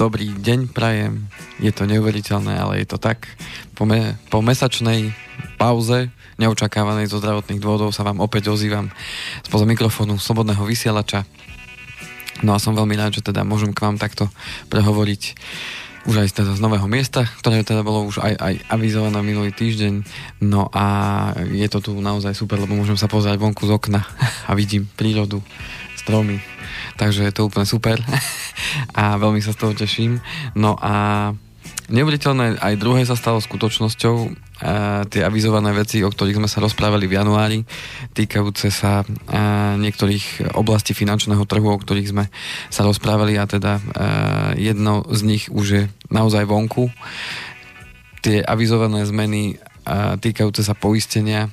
Dobrý deň prajem. Je to neuveriteľné, ale je to tak. Po mesačnej pauze, neočakávanej zo zdravotných dôvodov, sa vám opäť ozývam spoza mikrofónu Slobodného vysielača. No a som veľmi rád, že teda môžem k vám takto prehovoriť už aj teda z nového miesta, ktoré teda bolo už aj avizované minulý týždeň. No a je to tu naozaj super, lebo môžem sa pozerať vonku z okna a vidím prírodu, stromy. Takže je to úplne super a veľmi sa z toho teším. No a neuveriteľné aj druhé sa stalo skutočnosťou. Tie avizované veci, o ktorých sme sa rozprávali v januári, týkajúce sa niektorých oblastí finančného trhu, o ktorých sme sa rozprávali, a teda jedno z nich už je naozaj vonku. Tie avizované zmeny týkajúce sa poistenia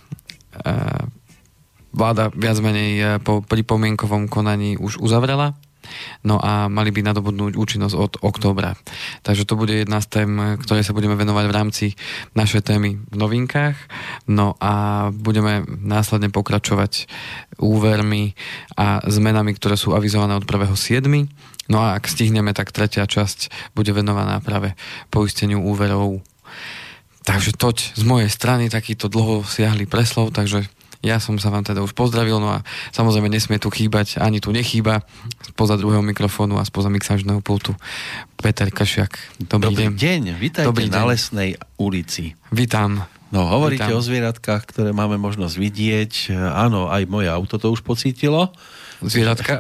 vláda viac menej po pripomienkovom konaní už uzavrela. No a mali by nadobudnúť účinnosť od októbra. Takže to bude jedna z tém, ktoré sa budeme venovať v rámci našej témy v novinkách. No a budeme následne pokračovať úvermi a zmenami, ktoré sú avizované od 1.7. No a ak stihneme, tak tretia časť bude venovaná práve poisteniu úverov. Takže toť z mojej strany takýto dlho siahly preslov, takže ja som sa vám teda už pozdravil, no a samozrejme nesmie tu chýbať, ani tu nechýba spoza druhého mikrofónu a spoza mixážneho pultu Peter Kašiak. Dobrý deň. Vítajte na Lesnej ulici. Vítam. No, hovoríte o zvieratkách, ktoré máme možnosť vidieť. Áno, aj moje auto to už pocítilo. Zvieratka?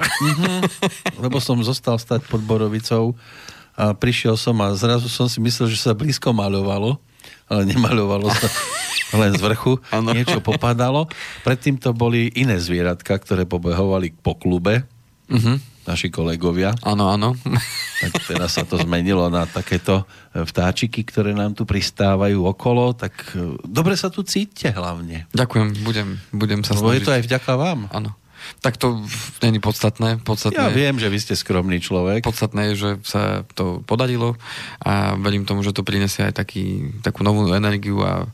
Lebo som zostal stať pod Borovicou a prišiel som a zrazu som si myslel, že sa blízko maľovalo, ale nemaľovalo sa. Len z vrchu niečo popadalo. Predtým to boli iné zvieratka, ktoré pobehovali po klube. Naši kolegovia. Áno. Tak teraz sa to zmenilo na takéto vtáčiky, ktoré nám tu pristávajú okolo. Tak dobre sa tu cítite hlavne. Ďakujem, budem sa snažiť. Je to aj vďaka vám. Áno. Tak to nie je podstatné. Ja viem, že vy ste skromný človek. Podstatné je, že sa to podarilo a verím tomu, že to prinesie aj takú novú energiu a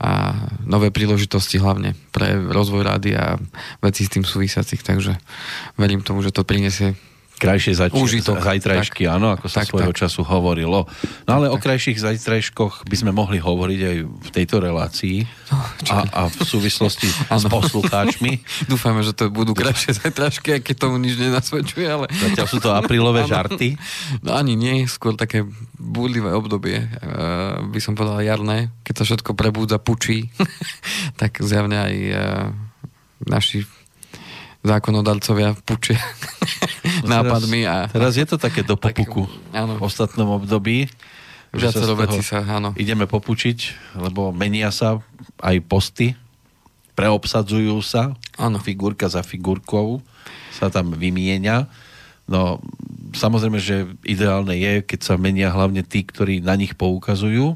nové príležitosti, hlavne pre rozvoj rády a vecí s tým súvisiacich. Takže verím tomu, že to prinesie krajšie zajtrajšky, áno, ako sa svojho času hovorilo. No ale o krajších zajtrajškoch by sme mohli hovoriť aj v tejto relácii a v súvislosti s poslucháčmi. Dúfame, že to budú krajšie zajtrajšky, aj keď tomu nič nenasvedčuje, ale... Zatiaľ sú to aprílové žarty? No ani nie, skôr také búdlivé obdobie, by som povedal jarné, keď sa všetko prebúdza, pučí, tak zjavne aj naši zákonodarcovia pučia nápadmi. Teraz je to také do popuku v ostatnom období. Viacero vecí sa, áno. Ideme popučiť, lebo menia sa aj posty, preobsadzujú sa, figurka za figurkou sa tam vymieňa. No, samozrejme, že ideálne je, keď sa menia hlavne tí, ktorí na nich poukazujú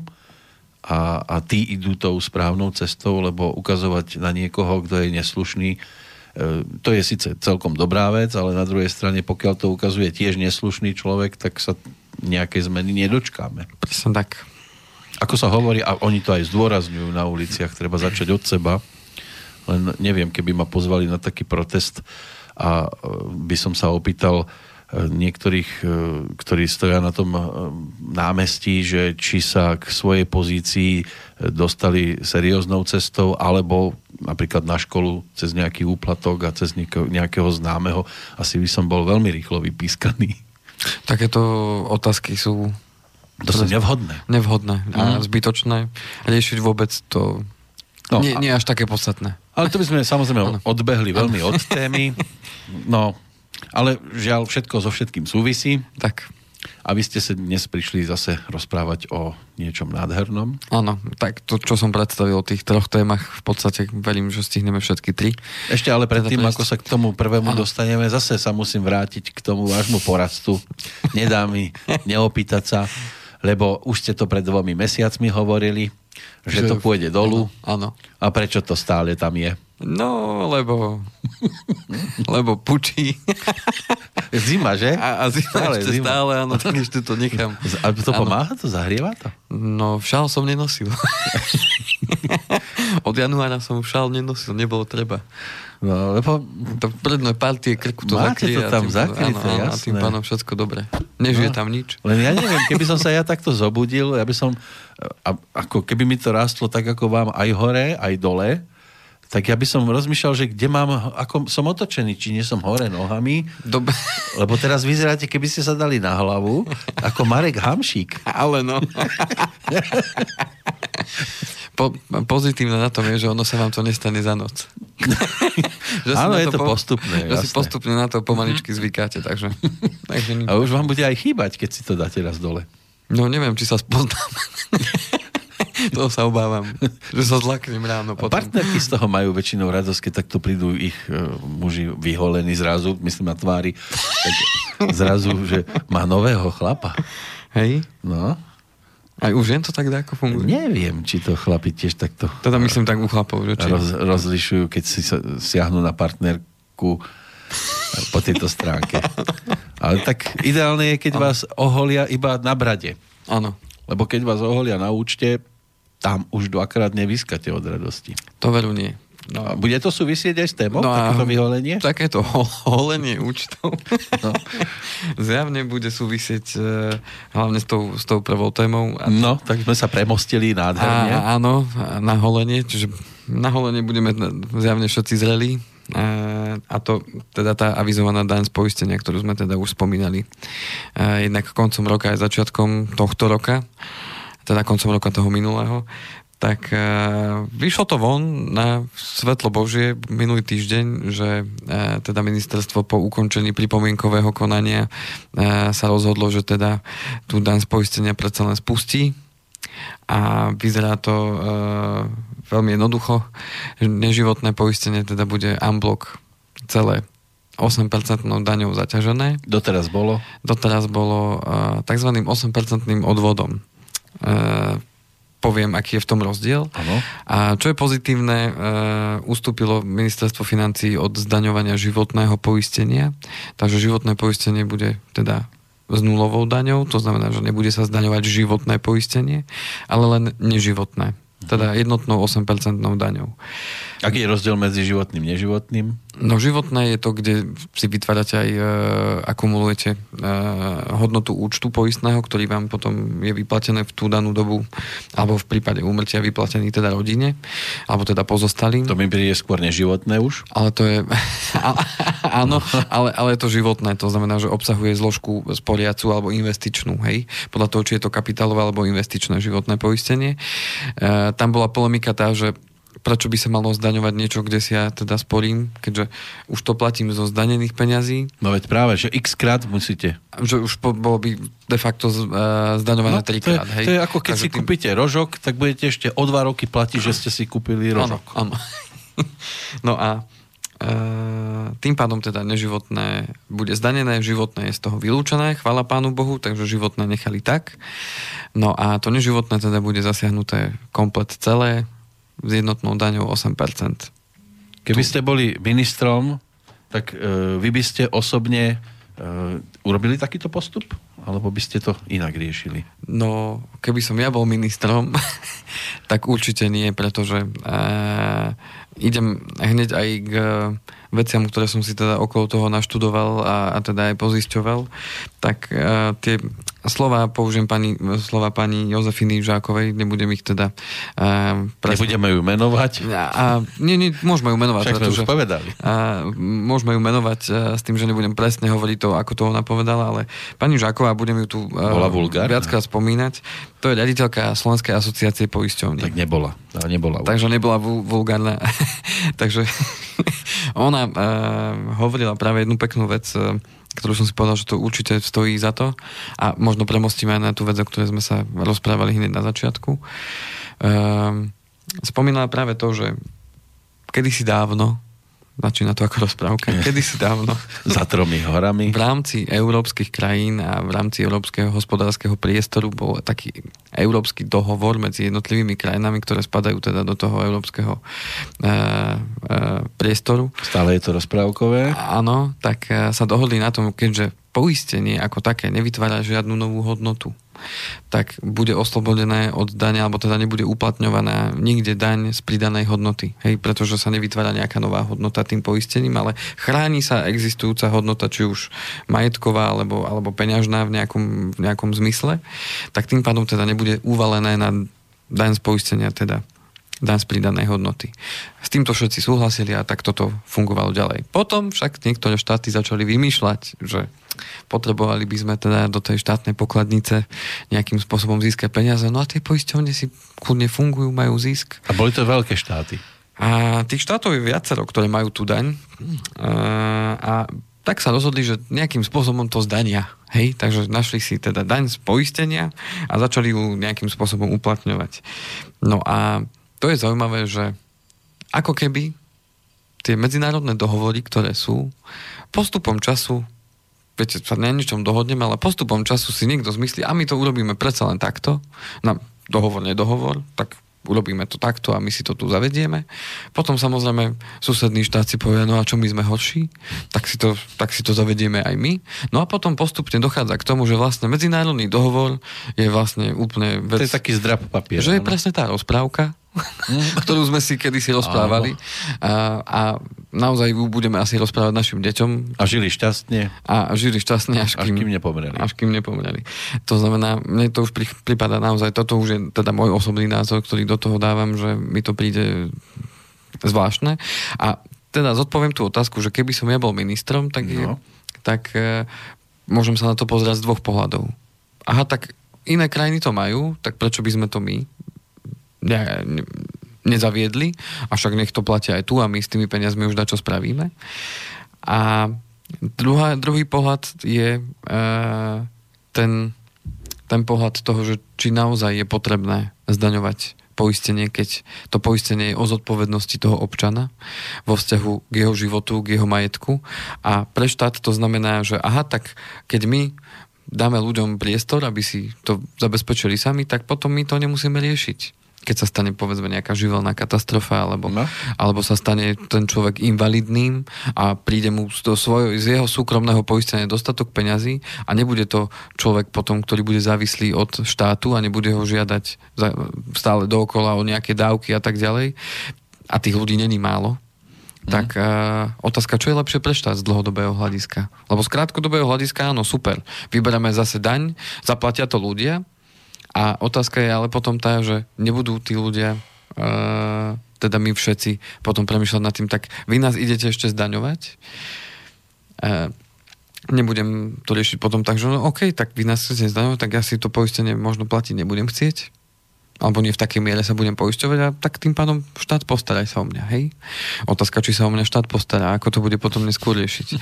a tí idú tou správnou cestou, lebo ukazovať na niekoho, kto je neslušný, to je síce celkom dobrá vec, ale na druhej strane, pokiaľ to ukazuje tiež neslušný človek, tak sa nejakej zmeny nedočkáme. Presne tak. Ako sa hovorí, a oni to aj zdôrazňujú na uliciach, treba začať od seba, len neviem, keby ma pozvali na taký protest a by som sa opýtal niektorých, ktorí stoja na tom námestí, že či sa k svojej pozícii dostali serióznou cestou, alebo napríklad na školu cez nejaký úplatok a cez nejakého známeho, asi by som bol veľmi rýchlo vypískaný. Takéto otázky sú... To sú nevhodné. Nevhodné a zbytočné. Riešiť vôbec to nie až také podstatné. Ale to by sme samozrejme odbehli veľmi od témy. No, ale žiaľ, všetko so všetkým súvisí. Tak. A vy ste sa dnes prišli zase rozprávať o niečom nádhernom. Áno, tak to, čo som predstavil o tých 3 témach, v podstate verím, že stihneme všetky 3. Ešte ale predtým, ako sa k tomu prvému dostaneme, zase sa musím vrátiť k tomu vášmu porastu. Nedá mi neopýtať sa, lebo už ste to pred 2 mesiacmi hovorili, že to pôjde dolu. Áno. A prečo to stále tam je? No, lebo pučí. Zima, že? A zima ešte stále, áno, tak ešte to nechám. A to pomáha? To zahrieva to? No, šál som nenosil. Od januára som šál nenosil, nebolo treba. No, lebo... To predné partie krku to zakrie. Máte to tam zakryté, jasné. A tým pánom všetko dobre. Nežije tam nič. Len ja neviem, keby som sa ja takto zobudil, ja by som, ako keby mi to rástlo tak, ako vám aj hore, aj dole, tak ja by som rozmýšľal, že kde mám, ako som otočený, či nie som hore nohami. Dobre. Lebo teraz vyzeráte, keby ste sa dali na hlavu, ako Marek Hamšík. Ale no. Pozitívne na tom je, že ono sa vám to nestane za noc. Áno, je to postupné. Že si postupne na to pomaličky zvykáte, takže nič. A už vám bude aj chýbať, keď si to dáte raz dole. No neviem, či sa spoznám. To sa obávam, že sa zlaknem ráno potom. Partnerky z toho majú väčšinou radosť, keď takto prídu ich muži vyholení zrazu, myslím na tvári, tak zrazu, že má nového chlapa. Hej? No. Aj u žien to tak dáko funguje? Neviem, či to chlapi tiež takto... Teda myslím tak u chlapov, že či... Rozlišujú, keď si siahnu na partnerku po tejto stránke. Ale tak ideálne je, keď vás oholia iba na brade. Áno. Lebo keď vás oholia na účte, tam už dvakrát nevyskate od radosti. To veru nie. No. A bude to súvisieť aj s témou, takéto vyholenie? Takéto holenie účtov. No. Zjavne bude súvisieť hlavne s tou prvou témou. No, tak sme sa premostili nádherne. Áno, na holenie, čiže na holenie budeme zjavne všetci zreli. A to teda tá avizovaná daň z poistenia, ktorú sme teda už spomínali. Jednak koncom roka aj začiatkom tohto roka, teda koncom roka toho minulého, tak vyšlo to von na svetlo Božie minulý týždeň, že teda ministerstvo po ukončení pripomienkového konania sa rozhodlo, že teda tú daň z poistenia predsa len spustí a vyzerá to veľmi jednoducho. Neživotné poistenie teda bude unblock celé 8% daňou zaťažené. Doteraz bolo? Doteraz bolo takzvaným 8% odvodom. Poviem, aký je v tom rozdiel. Ano. A čo je pozitívne, ustúpilo ministerstvo financií od zdaňovania životného poistenia. Takže životné poistenie bude teda s nulovou daňou, to znamená, že nebude sa zdaňovať životné poistenie, ale len neživotné. Teda jednotnou 8% daňou. Aký je rozdiel medzi životným a neživotným? No životné je to, kde si vytvárate aj akumulujete hodnotu účtu poistného, ktorý vám potom je vyplatené v tú danú dobu, alebo v prípade úmrtia vyplatený teda rodine, alebo teda pozostalým. To mi príde skôr neživotné už? Ale to je... Áno, ale je to životné, to znamená, že obsahuje zložku sporiacu alebo investičnú, hej? Podľa toho, či je to kapitálové alebo investičné životné poistenie. Tam bola polemika tá, že prečo by sa malo zdaňovať niečo, kde si ja teda sporím, keďže už to platím zo zdanených peňazí. No veď práve, že x-krát musíte. Že už bolo by de facto zdaňované 3-krát. To je ako keď si kúpite rožok, tak budete ešte o 2 roky platiť, že ste si kúpili rožok. Áno. No a tým pádom teda neživotné bude zdanené, životné je z toho vylúčené, chvála Pánu Bohu, takže životné nechali tak. No a to neživotné teda bude zasiahnuté komplet celé s jednotnou daňou 8%. Keby ste boli ministrom, tak vy by ste osobne urobili takýto postup? Alebo by ste to inak riešili? No, keby som ja bol ministrom, tak určite nie, pretože idem hneď aj k veciam, ktoré som si teda okolo toho naštudoval a teda aj pozisťoval, tak tie použijem slova pani Jozefiny Žákovej, nebudem ich teda nebudeme ju menovať? Nie, môžeme ju menovať. Však sme už povedali. Môžeme ju menovať s tým, že nebudem presne hovoriť to, ako to ona povedala, ale pani Žáková, budem ju tu viackrát spomínať, to je riaditeľka Slovenskej asociácie poisťovní. Tak nebola. Takže nebola vulgárna. Takže ona hovorila práve jednu peknú vec, ktorú som si povedal, že to určite stojí za to a možno premostíme aj na tú vec, o ktorej sme sa rozprávali hneď na začiatku. Spomínala práve to, že kedysi dávno, začína to ako rozprávka, kedysi dávno za 3 horami v rámci európskych krajín a v rámci európskeho hospodárskeho priestoru bol taký európsky dohovor medzi jednotlivými krajinami, ktoré spadajú teda do toho európskeho priestoru. Stále je to rozprávkové? Áno, tak sa dohodli na tom, keďže poistenie ako také nevytvára žiadnu novú hodnotu, tak bude oslobodené od dane, alebo teda nebude uplatňovaná nikde daň z pridanej hodnoty. Hej, pretože sa nevytvára nejaká nová hodnota tým poistením, ale chráni sa existujúca hodnota, či už majetková alebo peňažná v nejakom zmysle, tak tým pádom teda nebude uvalené na daň z poistenia, teda daň z pridanej hodnoty. S týmto všetci súhlasili a tak toto fungovalo ďalej. Potom však niektoré štáty začali vymýšľať, že potrebovali by sme teda do tej štátnej pokladnice nejakým spôsobom získať peniaze. No a tie poisťovne si kľudne fungujú, majú zisk. A boli to veľké štáty? A tých štátov je viacero, ktoré majú tú daň. A tak sa rozhodli, že nejakým spôsobom to zdania. Hej, takže našli si teda daň z poistenia a začali ju nejakým spôsobom uplatňovať. No a to je zaujímavé, že ako keby tie medzinárodné dohovory, ktoré sú, postupom času, viete, sa na ničom dohodneme, ale postupom času si niekto zmyslí, a my to urobíme predsa len takto, na dohovor, nedohovor, tak urobíme to takto a my si to tu zavedieme. Potom samozrejme susedný štát si povie, no a čo my sme horší, tak si to zavedieme aj my. No a potom postupne dochádza k tomu, že vlastne medzinárodný dohovor je vlastne úplne vec... To je taký zdrab papier. Že je presne tá rozprávka, ktorú sme si kedysi rozprávali a naozaj ju budeme asi rozprávať našim deťom. A žili šťastne. Až kým nepomreli. To znamená, mne to už prípada naozaj, toto už je teda môj osobný názor, ktorý do toho dávam, že mi to príde zvláštne. A teda zodpoviem tú otázku, že keby som ja bol ministrom, tak môžem sa na to pozerať z dvoch pohľadov. Aha, tak iné krajiny to majú, tak prečo by sme to my nezaviedli, a však nech to platia aj tu a my s tými peniazmi už dačo spravíme. A druhý pohľad je ten pohľad toho, že či naozaj je potrebné zdaňovať poistenie, keď to poistenie je o zodpovednosti toho občana vo vzťahu k jeho životu, k jeho majetku. A pre štát to znamená, že aha, tak keď my dáme ľuďom priestor, aby si to zabezpečili sami, tak potom my to nemusíme riešiť. Keď sa stane, povedzme, nejaká živelná katastrofa, alebo sa stane ten človek invalidným a príde mu z jeho súkromného poistenia dostatok peňazí a nebude to človek potom, ktorý bude závislý od štátu a nebude ho žiadať stále dookola o nejaké dávky a tak ďalej. A tých ľudí není málo. Tak otázka, čo je lepšie pre štát z dlhodobého hľadiska? Lebo z krátkodobého hľadiska, áno, super. Vyberáme zase daň, zaplatia to ľudia. A otázka je ale potom tá, že nebudú tí ľudia, teda my všetci, potom premýšľať nad tým, tak vy nás idete ešte zdaňovať? Nebudem to riešiť potom tak, že no OK, tak vy nás chcete zdaňovať, tak ja si to poistenie možno platiť nebudem chcieť. Alebo nie v takej miere sa budem poisťovať a tak tým pádom štát postaraj sa o mňa, hej? Otázka, či sa o mňa štát postará, ako to bude potom neskôr riešiť.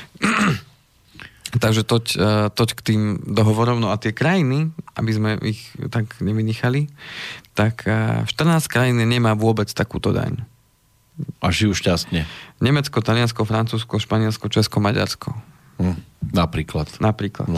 Takže toť k tým dohovorom. No a tie krajiny, aby sme ich tak nevynechali, tak 14 krajín nemá vôbec takúto daň. A žijú šťastne. Nemecko, Taliansko, Francúzsko, Španielsko, Česko, Maďarsko. Napríklad. No.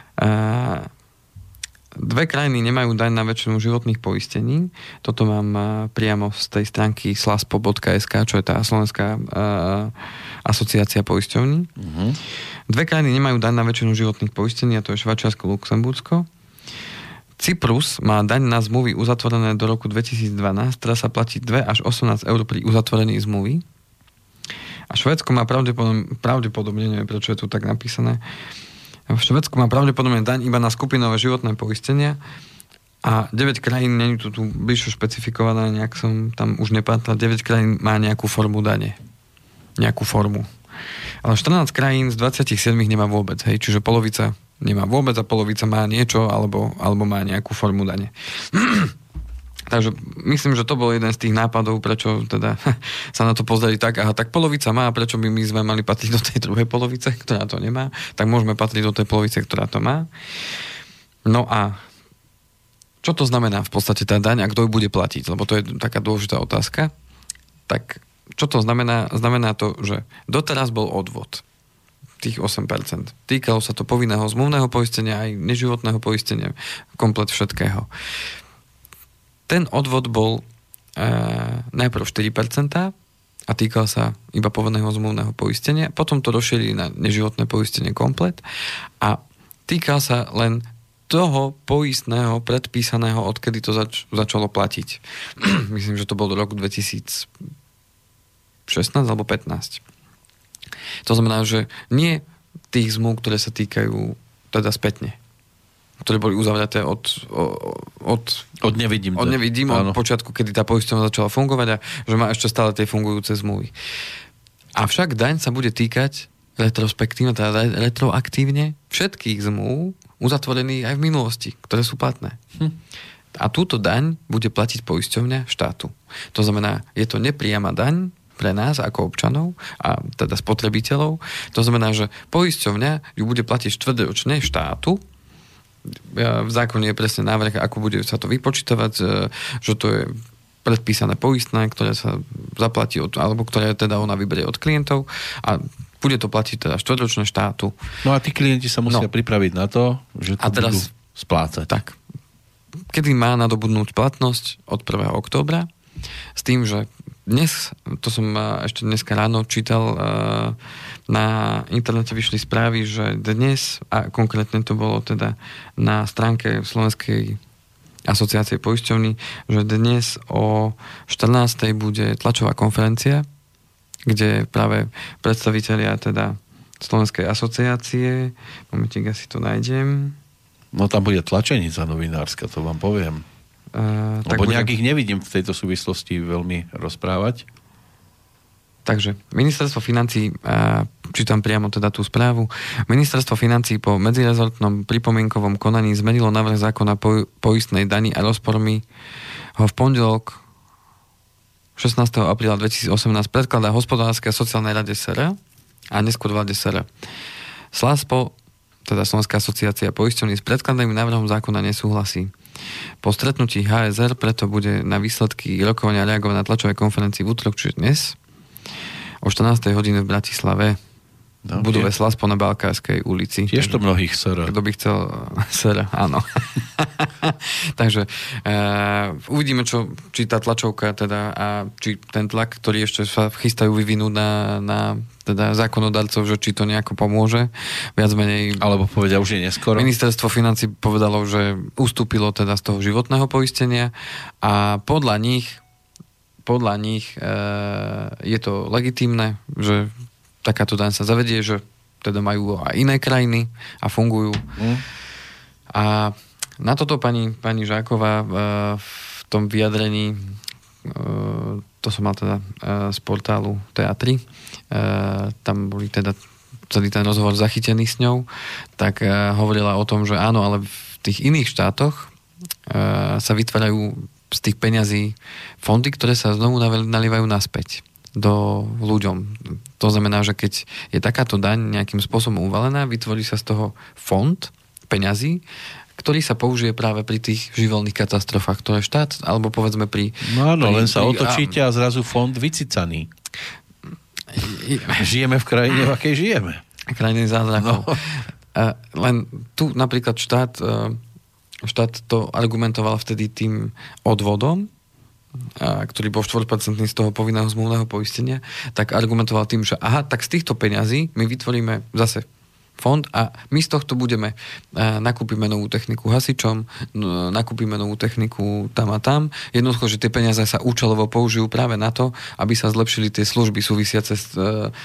Dve krajiny nemajú daň na väčšinu životných poistení. Toto mám priamo z tej stránky slaspo.sk, čo je tá slovenská asociácia poisťovní. Dve krajiny nemajú daň na väčšinu životných poistení, a to je Švajčiarsko, Luxembursko. Cyprus má daň na zmluvy uzatvorené do roku 2012, ktorá sa platí 2 až 18 eur pri uzatvorení zmluvy. A Švédsko má pravdepodobne, neviem prečo je tu tak napísané, v Švédsku má pravdepodobne daň iba na skupinové životné poistenia a 9 krajín, nie je tu bližšie špecifikované, nejak som tam už nepátal, 9 krajín má nejakú formu dane. Nejakú formu. Ale 14 krajín z 27 nemá vôbec, hej, čiže polovica nemá vôbec a polovica má niečo alebo má nejakú formu dane. Takže myslím, že to bol jeden z tých nápadov, prečo teda sa na to pozreli tak, aha, tak polovica má, prečo by my sme mali patriť do tej druhej polovice, ktorá to nemá, tak môžeme patriť do tej polovice, ktorá to má. No a čo to znamená v podstate tá daň a kto ju bude platiť? Lebo to je taká dôležitá otázka. Tak čo to znamená? Znamená to, že doteraz bol odvod tých 8%. Týkalo sa to povinného zmluvného poistenia aj neživotného poistenia, komplet všetkého. Ten odvod bol najprv 4% a týkal sa iba povinného zmluvného poistenia. Potom to rozšírili na neživotné poistenie komplet a týkal sa len toho poistného predpísaného, odkedy to začalo platiť. Myslím, že to bol rok 2016 alebo 15. To znamená, že nie tých zmluv, ktoré sa týkajú teda spätne, ktoré boli uzavreté od nevidím od počiatku, kedy tá poisťovňa začala fungovať a že má ešte stále tie fungujúce zmluvy. Avšak daň sa bude týkať retrospektívne, teda retroaktívne všetkých zmluv uzatvorených aj v minulosti, ktoré sú platné. A túto daň bude platiť poisťovňa štátu. To znamená, je to nepriama daň pre nás ako občanov a teda spotrebiteľov. To znamená, že poisťovňa ju bude platiť štvrťročne štátu. V zákone je presne návrh, ako bude sa to vypočítavať, že to je predpísané poistné, ktoré sa zaplatí alebo ktoré teda ona vyberie od klientov a bude to platiť teda štvrťročne štátu. No a tí klienti sa musia pripraviť na to, že to budú splácať. Tak. Kedy má nadobudnúť platnosť od 1. októbra s tým, že dnes, to som ešte dneska ráno čítal, na internete vyšli správy, že dnes, a konkrétne to bolo teda na stránke Slovenskej asociácie poisťovní, že dnes o 14. bude tlačová konferencia, kde práve predstavitelia teda Slovenskej asociácie, momentík, ja si to nájdem. No tam bude tlačenica novinárska, to vám poviem. Lebo nejakých nevidím v tejto súvislosti veľmi rozprávať. Takže ministerstvo financií, čítam priamo teda tú správu, ministerstvo financií po medzirezortnom pripomienkovom konaní zmenilo návrh zákona poistnej dani a rozpormi ho v pondelok 16. apríla 2018 predkladá Hospodárskej a sociálnej rade SR a neskôr vláde SR. SLASPO, teda Slovenská asociácia poisťovní, s predkladaným návrhom zákona nesúhlasí. Po stretnutí HSR preto bude na výsledky rokovania reagovať na tlačovej konferencii v útorok, čiže dnes, o 14. hodine v Bratislave, v budove SLASPO na Balkárskej ulici. Tiež to mnohých SR. Kto by chcel SR, áno. Takže uvidíme, či tá tlačovka teda a či ten tlak, ktorý ešte sa chystajú vyvinúť na teda zákonodarcov, že či to nejako pomôže. Viac menej... Alebo povedia, už je neskoro. Ministerstvo financií povedalo, že ustúpilo teda z toho životného poistenia a podľa nich je to legitímne, že takáto daň sa zavedie, že teda majú aj iné krajiny a fungujú. A na toto pani Žáková v tom vyjadrení, to som mal teda z portálu TA3, tam boli teda celý ten rozhovor zachytený s ňou, tak hovorila o tom, že áno, ale v tých iných štátoch sa vytvárajú z tých peňazí fondy, ktoré sa znovu nalievajú naspäť do ľuďom. To znamená, že keď je takáto daň nejakým spôsobom uvalená, vytvorí sa z toho fond peňazí, ktorý sa použije práve pri tých živelných katastrofách, ktoré štát, alebo povedzme pri... No áno, len sa otočíte a zrazu fond vycicaný. Žijeme v krajine, v akej žijeme. Krajine zázrakov. No. Len tu napríklad štát to argumentoval vtedy tým odvodom, ktorý bol 4% z toho povinného zmluvného poistenia, tak argumentoval tým, že aha, tak z týchto peňazí my vytvoríme zase fond a my z tohto nakúpime novú techniku hasičom, nakúpime novú techniku tam a tam. Jednoducho, že tie peniaze sa účelovo použijú práve na to, aby sa zlepšili tie služby súvisiace s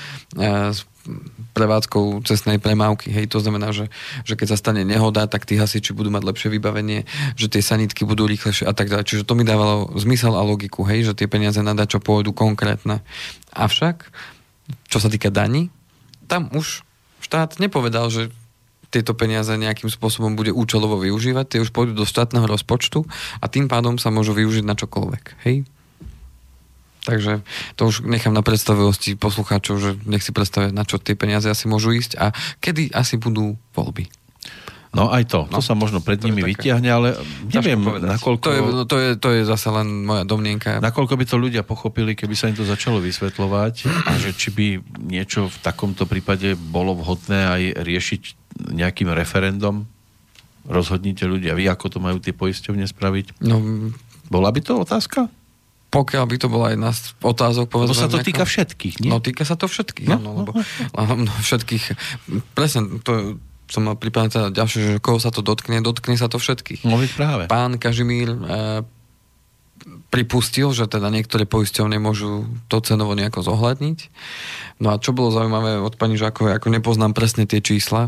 prevádzkou cestnej premávky. Hej, to znamená, že keď sa stane nehoda, tak tí hasiči budú mať lepšie vybavenie, že tie sanitky budú rýchlejšie a tak ďalej. Čiže to mi dávalo zmysel a logiku, hej, že tie peniaze na dačo pôjdu konkrétne. Avšak, čo sa týka daní, tam už štát nepovedal, že tieto peniaze nejakým spôsobom bude účelovo využívať, tie už pôjdu do štátneho rozpočtu a tým pádom sa môžu využiť na čokoľvek. Hej? Takže to už nechám na predstavivosti poslucháčov, že nech si predstavia, na čo tie peniaze asi môžu ísť a kedy asi budú voľby. No aj to sa možno pred nimi vytiahne, ale neviem, nakoľko... To je zase len moja domnienka. Nakoľko by to ľudia pochopili, keby sa im to začalo vysvetľovať a že či by niečo v takomto prípade bolo vhodné aj riešiť nejakým referendum. Rozhodnite ľudia, vy ako to majú tie poisťovne spraviť? No, bola by to otázka? Pokiaľ by to bola jedna z otázok, povedzme... To sa to týka všetkých, nie? No, týka sa to všetkých, lebo všetkých... Presne, to som mal pripravené teda ďalšie, že koho sa to dotkne sa to všetkých. No, práve. Pán Kažimír pripustil, že teda niektoré poisťovne môžu to cenovo nejako zohľadniť. No a čo bolo zaujímavé od pani Žákovej, ako nepoznám presne tie čísla,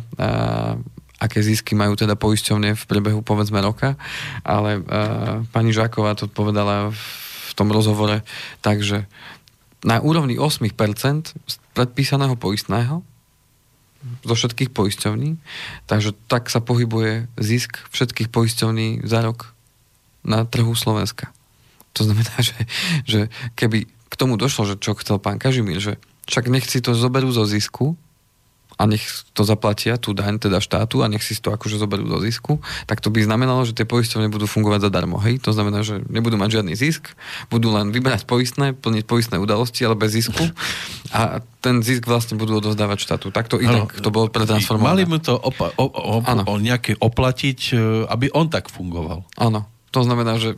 aké zisky majú teda poisťovne v priebehu povedzme roka, ale pani Žáková to povedala v tom rozhovore, takže na úrovni 8% z predpísaného poistného zo všetkých poisťovní, takže tak sa pohybuje zisk všetkých poisťovní za rok na trhu Slovenska. To znamená, že keby k tomu došlo, že čo chcel pán Kažimír, že však nech si to zoberú zo zisku a nech to zaplatia, tú daň teda štátu a nech si to akože zoberú zo zisku, tak to by znamenalo, že tie poisťovne budú fungovať zadarmo. Hej? To znamená, že nebudú mať žiadny zisk, budú len vyberať poistné, plniť poistné udalosti, ale bez zisku a ten zisk vlastne budú odovzdávať štátu. Takto inak to bolo pretransformované. Mali mu to nejaké oplatiť, aby on tak fungoval. Áno. To znamená, že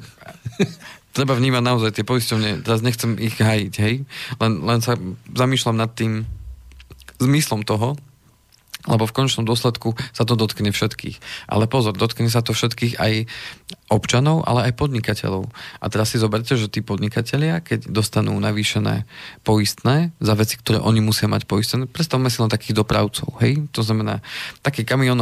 treba vnímať naozaj tie poisťovne, teraz nechcem ich hájiť, hej? Len sa zamýšľam nad tým zmyslom toho, lebo v konečnom dôsledku sa to dotkne všetkých. Ale pozor, dotkne sa to všetkých aj občanov, ale aj podnikateľov. A teraz si zoberte, že tí podnikatelia, keď dostanú navýšené poistné za veci, ktoré oni musia mať poistené, predstavme si len takých dopravcov, hej? To znamená, taký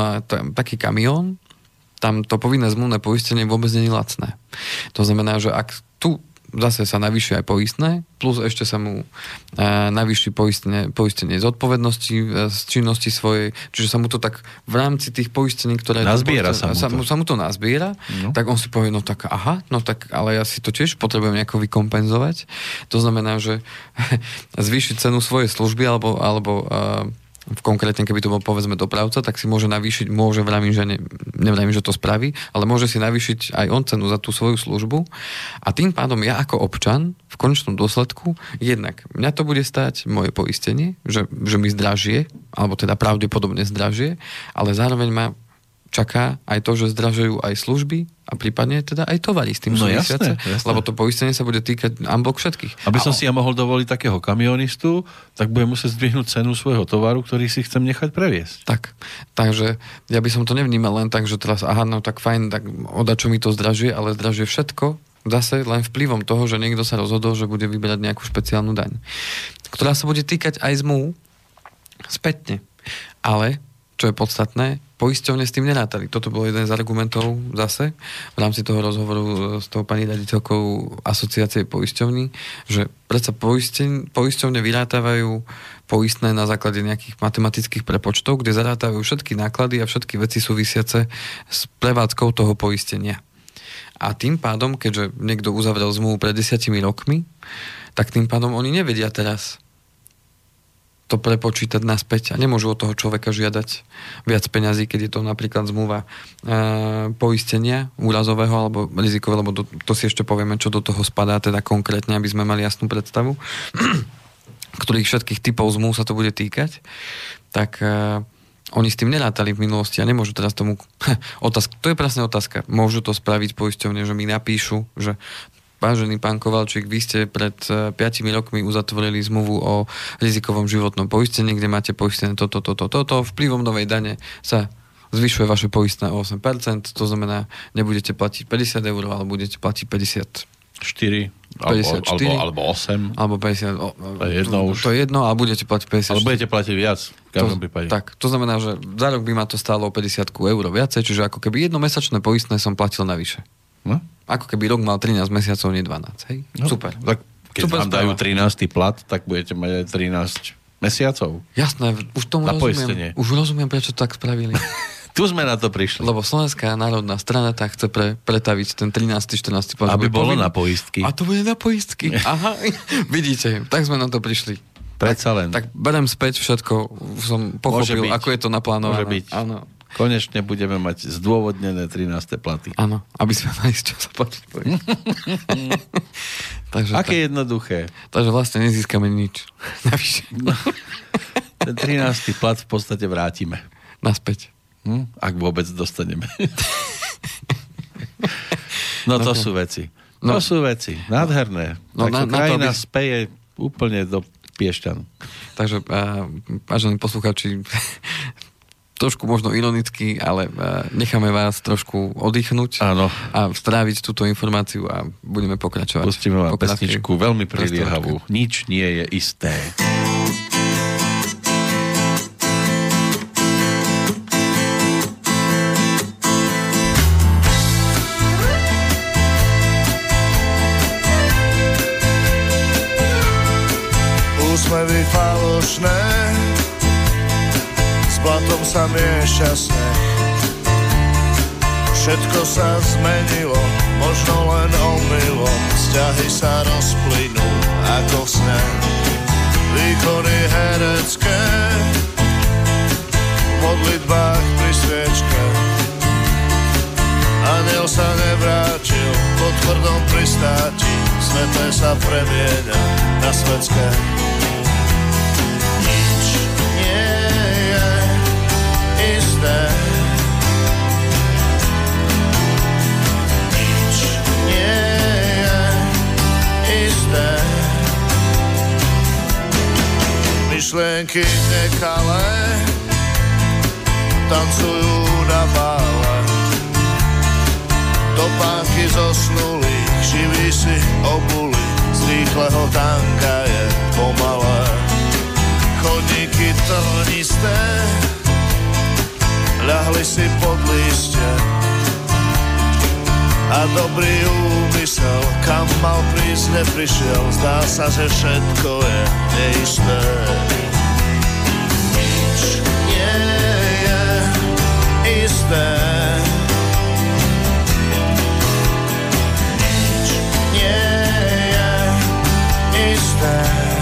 kamión, tam to povinné zmluvné poistenie vôbec nie je lacné. To znamená, že ak tu zase sa navýši aj poistné, plus ešte sa mu navýši poistenie zodpovednosti z činnosti svojej, čiže sa mu to tak v rámci tých poistení, ktoré... Nazbiera sa mu to nazbiera, tak on si povie, no tak ale ja si to tiež potrebujem nejako vykompenzovať. To znamená, že zvýšiť cenu svojej služby alebo konkrétne, keby to bol povedzme dopravca, tak si môže navýšiť, nevravím, že to spraví, ale môže si navýšiť aj on cenu za tú svoju službu a tým pádom ja ako občan v konečnom dôsledku jednak mňa to bude stáť moje poistenie, že mi zdražie, alebo teda pravdepodobne zdražie, ale zároveň ma čaká aj to, že zdražujú aj služby a prípadne teda aj tovary s tým súvisiace, lebo to poistenie sa bude týkať unblock všetkých. Aby som si ja mohol dovoliť takého kamionistu, tak budem musieť zdvihnúť cenu svojho tovaru, ktorý si chcem nechať previesť. Tak, takže ja by som to nevnímal len tak, že teraz tak fajn, tak odačo mi to zdražuje, ale zdražuje všetko zase len vplyvom toho, že niekto sa rozhodol, že bude vyberať nejakú špeciálnu daň, ktorá sa bude týkať aj zmluv spätne. Ale čo je podstatné, poisťovne s tým nerátali. Toto bol jeden z argumentov zase v rámci toho rozhovoru s tou pani riaditeľkou asociácie poisťovní, že predsa poisťovne vyrátávajú poistné na základe nejakých matematických prepočtov, kde zarátajú všetky náklady a všetky veci súvisiace s prevádzkou toho poistenia. A tým pádom, keďže niekto uzavrel zmluvu pred 10 rokmi, tak tým pádom oni nevedia teraz to prepočítať naspäť a nemôžu od toho človeka žiadať viac peňazí, keď je to napríklad zmluva poistenia úrazového alebo rizikového, lebo to si ešte povieme, čo do toho spadá teda konkrétne, aby sme mali jasnú predstavu, ktorých všetkých typov zmluv sa to bude týkať, tak oni s tým nerátali v minulosti a nemôžu teraz tomu otázka. To je presne otázka. Môžu to spraviť poisťovne, že mi napíšu, že vážený pán Kovalčík, vy ste pred 5 rokmi uzatvorili zmluvu o rizikovom životnom poistení, kde máte poistené toto. Vplyvom novej dane sa zvyšuje vaše poistné o 8%, to znamená, nebudete platiť 50 eur, ale budete platiť 54 alebo 8. Alebo 50. To je jedno, ale budete platiť 50. Ale budete platiť viac v každom prípade. Tak, to znamená, že za rok by ma to stálo 50 eur viacej, čiže ako keby jednomesačné poistné som platil navyše. No? Ako keby rok mal 13 mesiacov, nie 12. Hej? No, super. Tak keď vám dajú 13. plat, tak budete mať aj 13 mesiacov. Jasné, už tomu rozumiem. Poistenie. Už rozumiem, prečo to tak spravili. Tu sme na to prišli. Lebo Slovenská národná strana tak chce pretaviť ten 13. 14. plat. Aby bolo na poistky. A to bude na poistky. Aha, vidíte, tak sme na to prišli. Predsa len. Tak berem späť všetko, som pochopil, ako je to naplánované. Môže byť. Áno. Konečne budeme mať zdôvodnené 13. platy. Áno, aby sme mali z čo zaplatiť. Takže aké jednoduché. Takže vlastne nezískame nič. Navyše. No, ten 13. plat v podstate vrátime. Naspäť. Ak vôbec dostaneme. No to sú veci. To sú veci, nádherné. Tak krajina speje úplne do Piešťan. Takže, vážení poslucháči, trošku možno ironicky, ale necháme vás trošku oddychnúť a stráviť túto informáciu a budeme pokračovať. Pustíme vám pesničku veľmi priliehavú. Nič nie je isté. Úsmevy falošné, s blatom sa mieša sneh. Všetko sa zmenilo, možno len omylom, vzťahy sa rozplynú ako sneh. Výkony herecké, v modlitbách pri sviečke. Anjel sa nevrátil, po tvrdom pristáti, sveté sa premieňa na svetské. Nič nie je isté. Myšlienky nekalé tancujú na bále. Topánky zosnulých živí si obuli, z rýchleho tanka je pomalé. Chodníky trnisté ľahli si pod lístie a dobrý úmysel, kam mal prísť, neprišiel. Zdá sa, že všetko je neisté. Nič nie je isté. Nič nie je isté.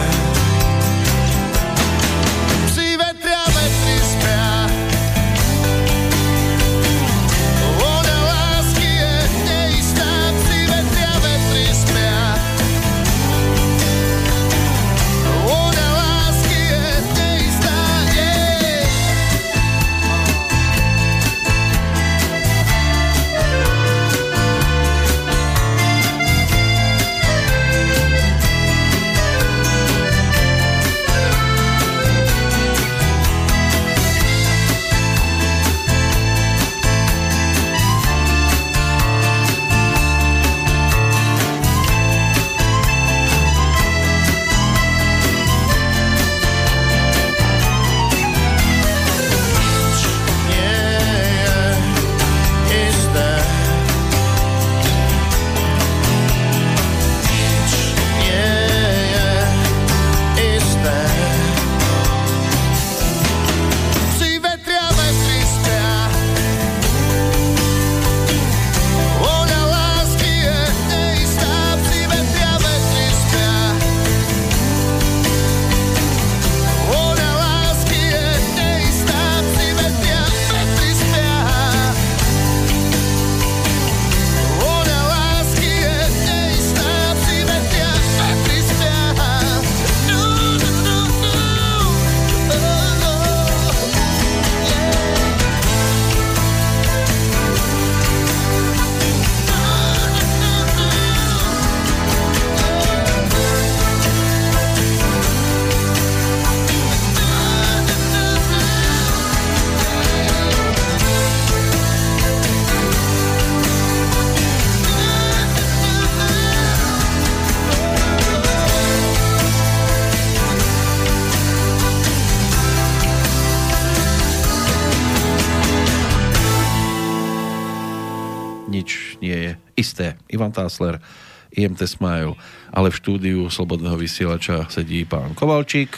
Isté. Ivan Tásler, IMT Smile, ale v štúdiu Slobodného vysielača sedí pán Kovalčík.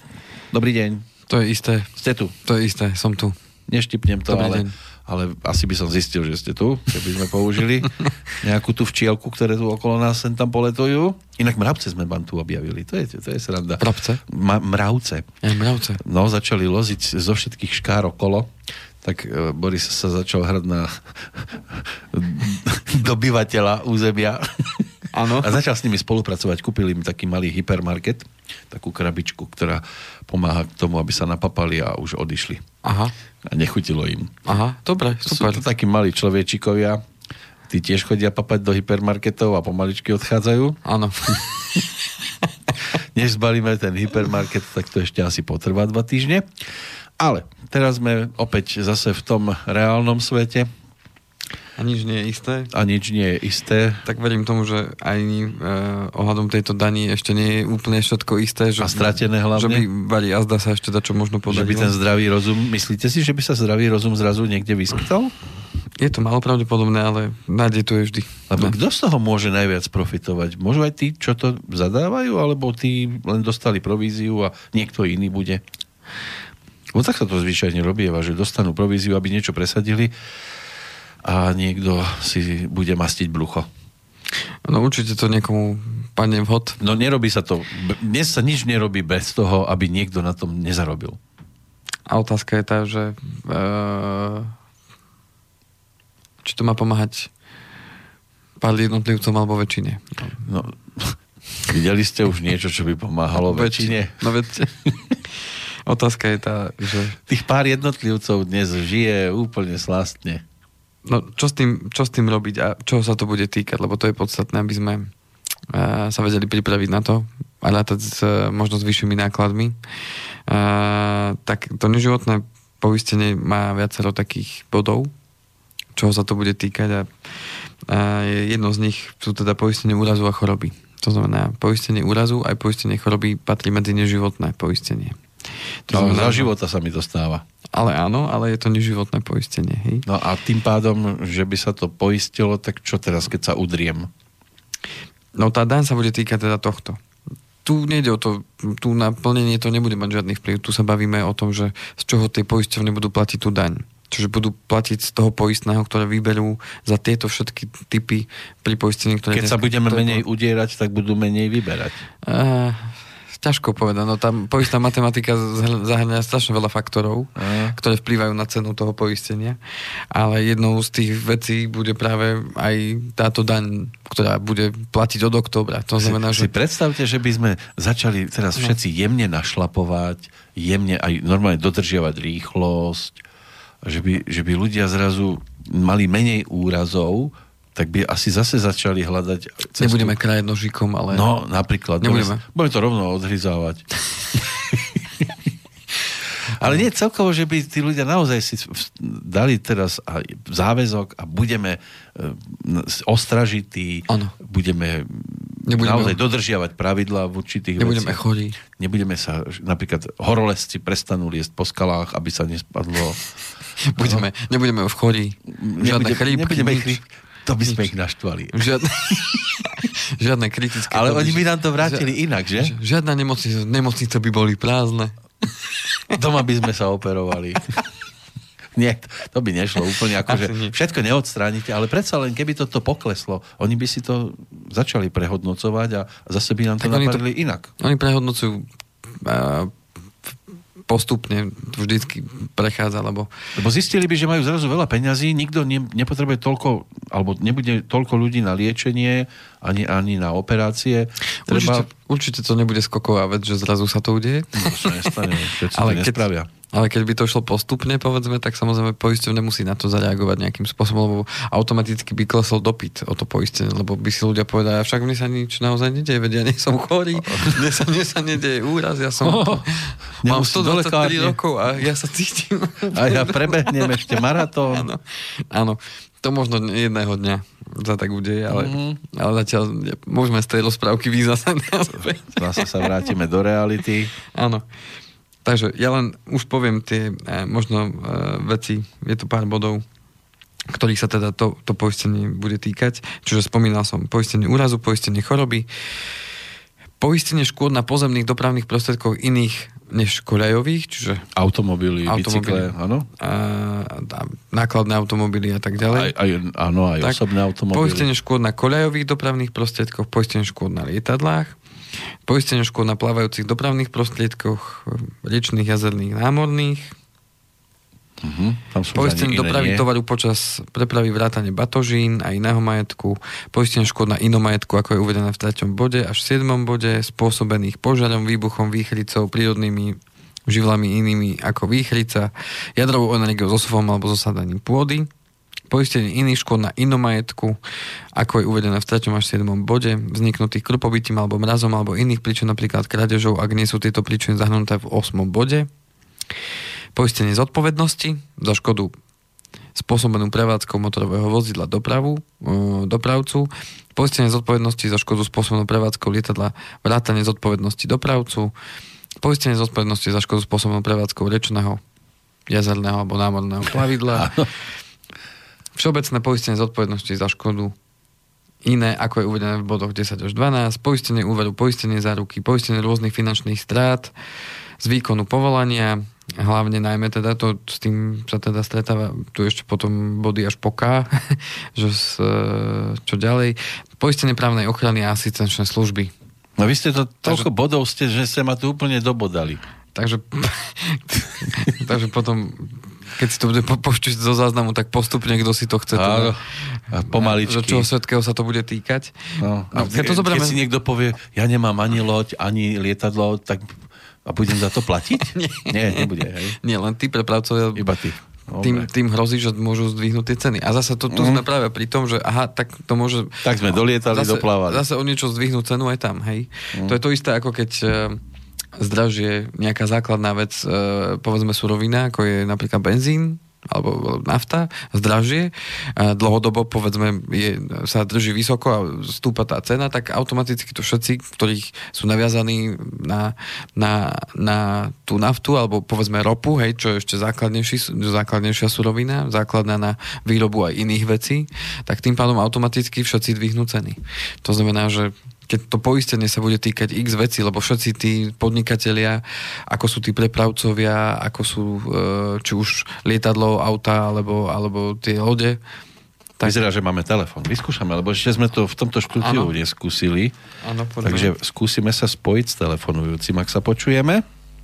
Dobrý deň. To je isté. Ste tu? To je isté, som tu. Neštipnem to, ale asi by som zistil, že ste tu, keby sme použili nejakú tú včielku, ktoré tu okolo nás sem tam poletujú. Inak mravce sme vám tu objavili, to je sranda. Mravce? Mravce. Mravce. No, začali loziť zo všetkých škár okolo. Tak Boris sa začal hrať na dobyvateľa územia. Áno. A začal s nimi spolupracovať. Kúpili im taký malý hypermarket, takú krabičku, ktorá pomáha k tomu, aby sa napapali a už odišli. Aha. A nechutilo im. Aha, dobre, super. Sú to takí malí človečikovia, Tí tiež chodia papať do hypermarketov a pomaličky odchádzajú? Áno. Než zbalíme ten hypermarket, tak to ešte asi potrvá 2 týždne. Ale teraz sme opäť zase v tom reálnom svete. A nič nie je isté. A nič nie je isté. Tak verím tomu, že aj ohľadom tejto daní ešte nie je úplne všetko isté. Že, a stratené hlavne. Že by vari azda sa ešte čo možno podarilo. Že by ten zdravý rozum, myslíte si, že by sa zdravý rozum zrazu niekde vyskytol? Je to malo pravdepodobné, ale nádej tu je vždy. Lebo kto z toho môže najviac profitovať? Môžu aj tí, čo to zadávajú, alebo tí len dostali províziu a niekto iný bude? No tak sa to zvyčajne robieva, že dostanú províziu, aby niečo presadili a niekto si bude mastiť brucho. No určite to niekomu padne vhod. No nerobí sa to. Dnes sa nič nerobí bez toho, aby niekto na tom nezarobil. A otázka je tá, že či to má pomáhať pár jednotlivcom alebo väčšine. No, videli ste už niečo, čo by pomáhalo väčšine? No veď. Otázka je tá, že... Tých pár jednotlivcov dnes žije úplne slastne. No, čo s tým robiť a čoho sa to bude týkať, lebo to je podstatné, aby sme sa vedeli pripraviť na to a rátať s možno s vyššími nákladmi. Tak to neživotné poistenie má viacero takých bodov, čoho sa to bude týkať a jedno z nich sú teda poistenie úrazu a choroby. To znamená, poistenie úrazu aj poistenie choroby patrí medzi neživotné poistenie. To znamená, za života sa mi to stáva. Ale áno, ale je to neživotné poistenie. Hej? No a tým pádom, že by sa to poistilo, tak čo teraz, keď sa udriem? No tá daň sa bude týkať teda tohto. Tu nejde o to, tu na plnenie to nebude mať žiadny vplyv. Tu sa bavíme o tom, že z čoho tie poisťovne budú platiť tú daň. Čiže budú platiť z toho poistného, ktoré vyberú za tieto všetky typy pri poistení, ktoré... Keď sa budeme menej udierať, tak budú menej vyberať. Ťažko povedať, no tam poistná matematika zahŕňa strašne veľa faktorov, ktoré vplývajú na cenu toho poistenia, ale jednou z tých vecí bude práve aj táto daň, ktorá bude platiť od októbra. To znamená, si predstavte, že by sme začali teraz všetci jemne našlapovať, jemne aj normálne dodržiavať rýchlosť, že by ľudia zrazu mali menej úrazov, tak by asi zase začali hľadať cestu. Nebudeme krajať nožikom, ale... No, napríklad. Budeme to rovno odhryzávať. Ale nie celkovo, že by tí ľudia naozaj si dali teraz záväzok a budeme ostražití, budeme naozaj dodržiavať pravidlá v určitých nebudeme veciach. Chorí. Nebudeme sa, napríklad horolezci prestanú liesť po skalách, aby sa nespadlo. Nebudeme v chorí. Žiadne chrípky. To by sme ich naštvali. Žiadne kritické... Ale oni by nám to vrátili inak, že? Žiadna nemocnice by boli prázdne. Doma by sme sa operovali. Nie, to by nešlo úplne akože všetko neodstránite, ale predsa len keby toto pokleslo, oni by si to začali prehodnocovať a zase by nám to napadli inak. Oni prehodnocujú postupne vždycky prechádza, lebo zistili by, že majú zrazu veľa peňazí, nikto nepotrebuje toľko, alebo nebude toľko ľudí na liečenie, ani na operácie. Určite to nebude skoková vec, že zrazu sa to udeje. No, sa nestane, všetci to nespravia. Ale keď by to šlo postupne, povedzme, tak samozrejme poisťovne musí na to zareagovať nejakým spôsobom, lebo automaticky by klesol dopyt o to poistenie, lebo by si ľudia povedali, a však mne sa nič naozaj nedieje, veď ja nie som chorý, mne sa nedieje úraz, ja som mám 123 rokov a ja sa cítim. A ja prebehnem ešte maratón. Áno. To možno jedného dňa sa tak udeje, ale zatiaľ môžeme z tej rozprávky výjsť zase naspäť. Zase sa vrátime do reality. Áno. Takže ja len už poviem tie možno veci, je to pár bodov, ktorých sa teda to poistenie bude týkať. Čiže spomínal som poistenie úrazu, poistenie choroby, poistenie škôd na pozemných dopravných prostriedkoch iných než koľajových, čiže automobily, bicykle, áno. Nákladné automobily a tak ďalej. Aj osobné automobily. Poistenie škôd na koľajových dopravných prostriedkoch, poistenie škôd na lietadlách, poistenie škôd na plávajúcich dopravných prostriedkoch, riečnych, jazerných, námorných, poistenie dopravy tovaru počas prepravy vrátane batožín a iného majetku, poistenie škôd na inom majetku, ako je uvedené v 3. bode až v 7. bode, spôsobených požiarom, výbuchom, výchricou, prírodnými živlami inými ako výchrica, jadrovou energiou, zosuvom alebo zosadaním pôdy, Poistenie iných škôd na inom majetku, ako je uvedené v 3. až 7. bode, vzniknutých krupobytím alebo mrazom alebo iných príčin, napríklad krádežou, ak nie sú tieto príčiny zahrnuté v 8. bode. Poistenie zodpovednosti za škodu spôsobenú prevádzkou motorového vozidla dopravcu, poistenie zodpovednosti za škodu spôsobenú prevádzkou lietadla, vrátanie zodpovednosti dopravcu, poistenie zodpovednosti za škodu spôsobenú prevádzkou riečného, jazerného alebo námorného plavidla, všeobecné poistenie zodpovednosti za škodu iné, ako je uvedené v bodoch 10 až 12, poistenie úveru, poistenie záruky, poistenie rôznych finančných strát z výkonu povolania, hlavne najmä teda to s tým sa teda stretáva tu ešte potom body až po K, že čo ďalej, poistenie právnej ochrany a asistenčné služby. No vy ste to toľko bodov ste, že ste ma tu úplne dobodali. Takže potom, keď si to bude pošťať zo záznamu, tak postupne, kto si to chce. Áno, pomaličky. Do čoho všetkého sa to bude týkať. No, keď si niekto povie, ja nemám ani loď, ani lietadlo, tak a budem za to platiť? Nie, nebude. Hej? Nie, len tí prepravcovia. Iba ty. Tým hrozí, že môžu zdvihnúť tie ceny. A zase tu sme práve pri tom, že tak to môže... Tak sme dolietali, doplávali. Zase o niečo zdvihnú cenu aj tam, hej. To je to isté, ako keď zdražie nejaká základná vec, povedzme surovina, ako je napríklad benzín, alebo nafta, zdražie, dlhodobo povedzme sa drží vysoko a stúpa tá cena, tak automaticky to všetci, ktorých sú naviazaní na tú naftu, alebo povedzme ropu, hej, čo je ešte základnejšia surovina, základná na výrobu aj iných vecí, tak tým pádom automaticky všetci dvihnú ceny. To znamená, že keď to poistenie sa bude týkať x vecí, lebo všetci tí podnikatelia, ako sú tí prepravcovia, ako sú či už lietadlo, auta, alebo tie lode. Tak... Vyzerá, že máme telefon. Vyskúšame, lebo ešte sme to v tomto štúdiu neskúsili. Áno, takže skúsime sa spojiť s telefonujúcim, ak sa počujeme.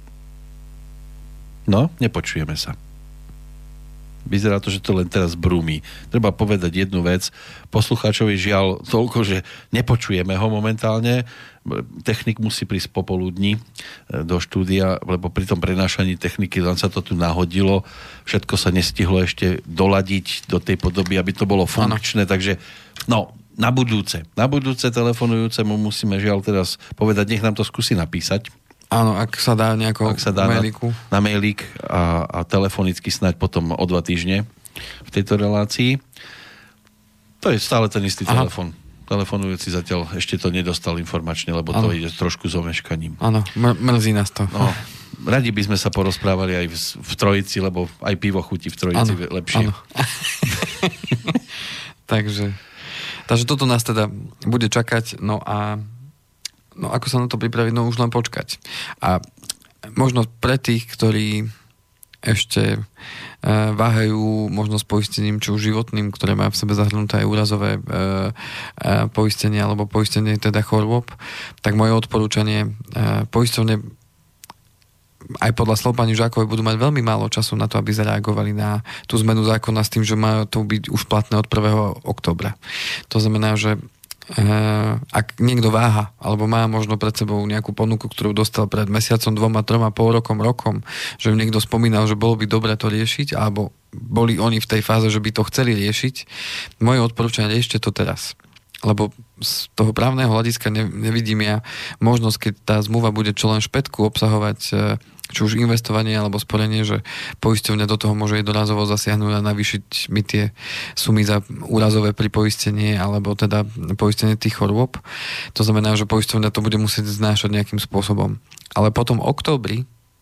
No, nepočujeme sa. Vyzerá to, že to len teraz brúmi. Treba povedať jednu vec. Poslucháčovi žiaľ toľko, že nepočujeme ho momentálne. Technik musí prísť popoludní do štúdia, lebo pri tom prenášaní techniky len sa to tu nahodilo. Všetko sa nestihlo ešte doladiť do tej podoby, aby to bolo funkčné. Takže na budúce telefonujúcemu musíme žiaľ teraz povedať, nech nám to skúsi napísať. Áno, ak sa dá nejako mailíku. Na mailík a telefonicky snáď potom o 2 týždne v tejto relácii. To je stále ten istý telefon. Telefonujúci zatiaľ ešte to nedostal informačne, lebo to ide trošku s omeškaním. Áno, mrzí nás to. No, radi by sme sa porozprávali aj v trojici, lebo aj pivo chutí v trojici lepšie. Takže toto nás teda bude čakať, No ako sa na to pripraviť? No už len počkať. A možno pre tých, ktorí ešte váhajú možno s poistením, či už životným, ktoré má v sebe zahrnuté aj úrazové poistenie alebo poistenie teda chorôb, tak moje odporúčanie poisťovne aj podľa slov pani Žákovej budú mať veľmi málo času na to, aby zareagovali na tú zmenu zákona s tým, že má to byť už platné od 1. októbra. To znamená, že ak niekto váha, alebo má možno pred sebou nejakú ponuku, ktorú dostal pred mesiacom, 2, 3, pol rokom, že niekto spomínal, že bolo by dobre to riešiť, alebo boli oni v tej fáze, že by to chceli riešiť, moje odporúčanie, riešte to teraz. Lebo z toho právneho hľadiska nevidím ja možnosť, keď tá zmluva bude čo len špätku obsahovať či už investovanie alebo sporenie, že poisťovňa do toho môže jednorazovo zasiahnuť a navýšiť mi tie sumy za úrazové pripoistenie alebo teda poistenie tých chorôb. To znamená, že poisťovňa to bude musieť znášať nejakým spôsobom. Ale potom októbri,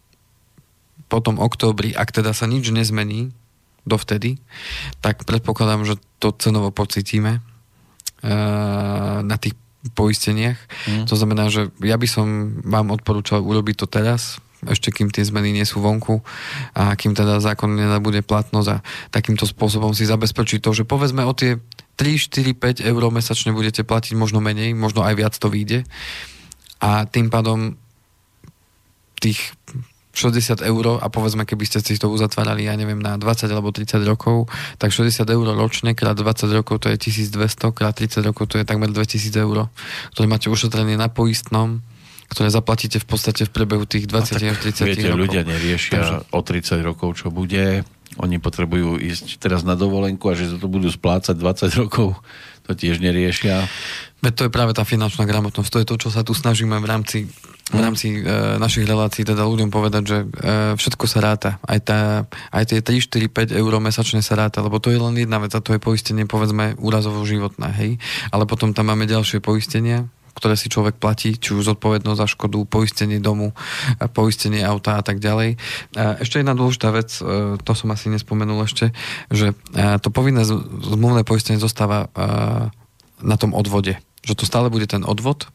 ak teda sa nič nezmení dovtedy, tak predpokladám, že to cenovo pocítime na tých poisteniach. To znamená, že ja by som vám odporúčal urobiť to teraz, ešte kým tie zmeny nie sú vonku a kým teda zákon nebude platnosť a takýmto spôsobom si zabezpečiť to, že povedzme o tie 3, 4, 5 eur mesačne budete platiť možno menej, možno aj viac to vyjde a tým pádom tých 60 eur a povedzme, keby ste si to uzatvárali, ja neviem, na 20 alebo 30 rokov, tak 60 eur ročne krát 20 rokov to je 1200, krát 30 rokov to je takmer 2000 eur, ktoré máte ušetrené na poistnom, ktoré zaplatíte v podstate v priebehu tých 20 až 30 viete, rokov. Ľudia neriešia o 30 rokov, čo bude, oni potrebujú ísť teraz na dovolenku a že to budú splácať 20 rokov, to tiež neriešia. Veď to je práve tá finančná gramotnosť. To je to, čo sa tu snažíme v rámci našich relácií teda ľuďom povedať, že všetko sa ráta. Aj tie 3, 4, 5 eur mesačne sa ráta, lebo to je len jedna vec a to je poistenie, povedzme, úrazovo životné, hej. Ale potom tam máme ďalšie poistenia, ktoré si človek platí, či už zodpovednosť za škodu, poistenie domu, poistenie auta a tak ďalej. Ešte jedna dôležitá vec, to som asi nespomenul ešte, že to povinné zmluvné poistenie zostáva na tom odvode. Že to stále bude ten odvod,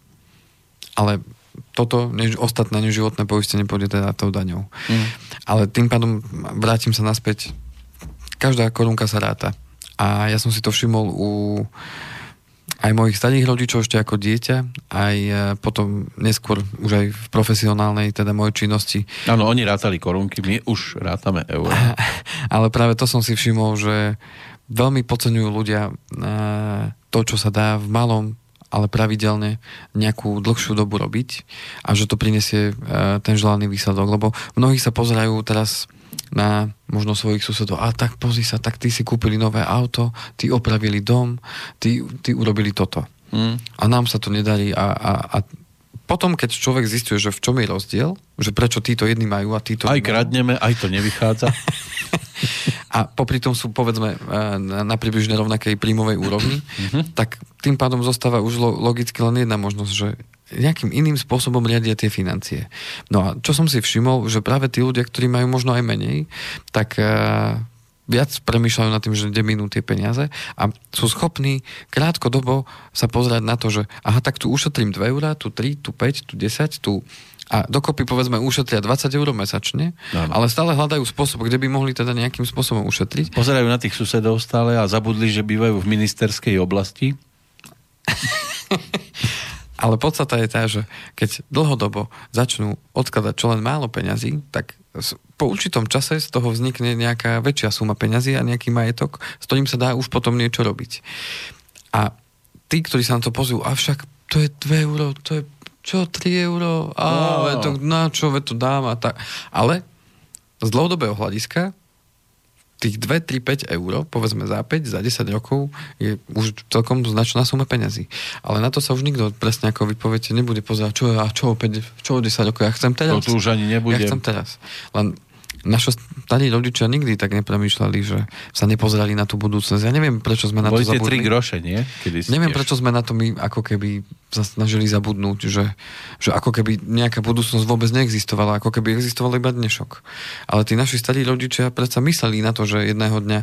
ale toto ostatné neživotné poistenie pôjde teda tou daňou. Ale tým pádom vrátim sa naspäť. Každá korunka sa ráta. A ja som si to všimol u aj mojich starých rodičov ešte ako dieťa, aj potom neskôr už aj v profesionálnej teda mojej činnosti. Áno, oni rátali korunky, my už rátame eur. Ale práve to som si všimol, že veľmi podceňujú ľudia to, čo sa dá v malom, ale pravidelne nejakú dlhšiu dobu robiť a že to prinesie ten želaný výsledok, lebo mnohí sa pozerajú teraz na možno svojich susedov, a tak pozri sa, tak tí si kúpili nové auto, tí opravili dom, tí urobili toto. A nám sa to nedarí a potom, keď človek zistuje, že v čom je rozdiel, že prečo títo jedni majú a títo aj kradneme, aj to nevychádza. A popri tom sú, povedzme, na približne rovnakej príjmovej úrovni, tak tým pádom zostáva už logicky len jedna možnosť, že nejakým iným spôsobom riadia tie financie. No a čo som si všimol, že práve tí ľudia, ktorí majú možno aj menej, tak viac premýšľajú nad tým, že kde minú tie peniaze a sú schopní krátkodobo sa pozerať na to, že aha, tak tu ušetrím 2 eurá, tu 3, tu 5, tu 10, tu a dokopy povedzme ušetria 20 eur mesačne, ale stále hľadajú spôsob, kde by mohli teda nejakým spôsobom ušetriť. Pozerajú na tých susedov stále a zabudli, že bývajú v ministerskej oblasti. Ale podstata je tá, že keď dlhodobo začnú odkladať čo len málo peňazí, tak po určitom čase z toho vznikne nejaká väčšia suma peňazí a nejaký majetok, s ktorým sa dá už potom niečo robiť. A tí, ktorí sa na to pozrú, avšak to je 2 euro, to je čo, 3 euro, to, na čo to dám a tak. Ale z dlhodobého hľadiska tých 2, 3, 5 eur, povedzme za 5, za 10 rokov je už celkom značná suma peňazí. Ale na to sa už nikto, presne ako vy poviete, nebude pozerať, čo o 10 rokov, ja chcem teraz. To tu už ani nebudem. Ja chcem teraz. Len naši starí rodičia nikdy tak nepremýšľali, že sa nepozerali na tú budúcnosť. Ja neviem, prečo sme na to zabudli. Boli tie 3 groše, nie? Neviem, prečo sme na to my ako keby sa snažili zabudnúť, že ako keby nejaká budúcnosť vôbec neexistovala, ako keby existoval iba dnešok. Ale tí naši starí rodičia predsa mysleli na to, že jedného dňa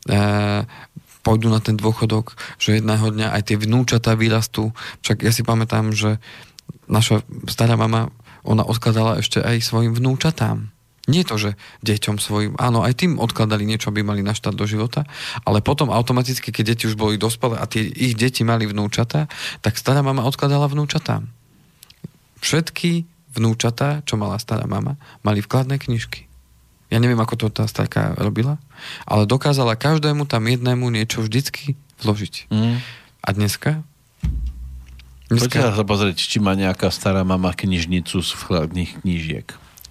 pôjdu na ten dôchodok, že jedného dňa aj tie vnúčatá vyrastú. Však ja si pamätám, že naša stará mama, ona odkladala ešte aj svojim vnúčatám. Nie to, že deťom svojim, áno, aj tým odkladali niečo, aby mali na štart do života, ale potom automaticky, keď deti už boli dospelé a tie ich deti mali vnúčatá, tak stará mama odkladala vnúčatám. Všetky vnúčatá, čo mala stará mama, mali vkladné knižky. Ja neviem, ako to tá starka robila, ale dokázala každému tam jednému niečo vždycky vložiť. A dneska? Poďte sa pozrieť, či má nejaká stará mama knižnicu z vkladných knížiek.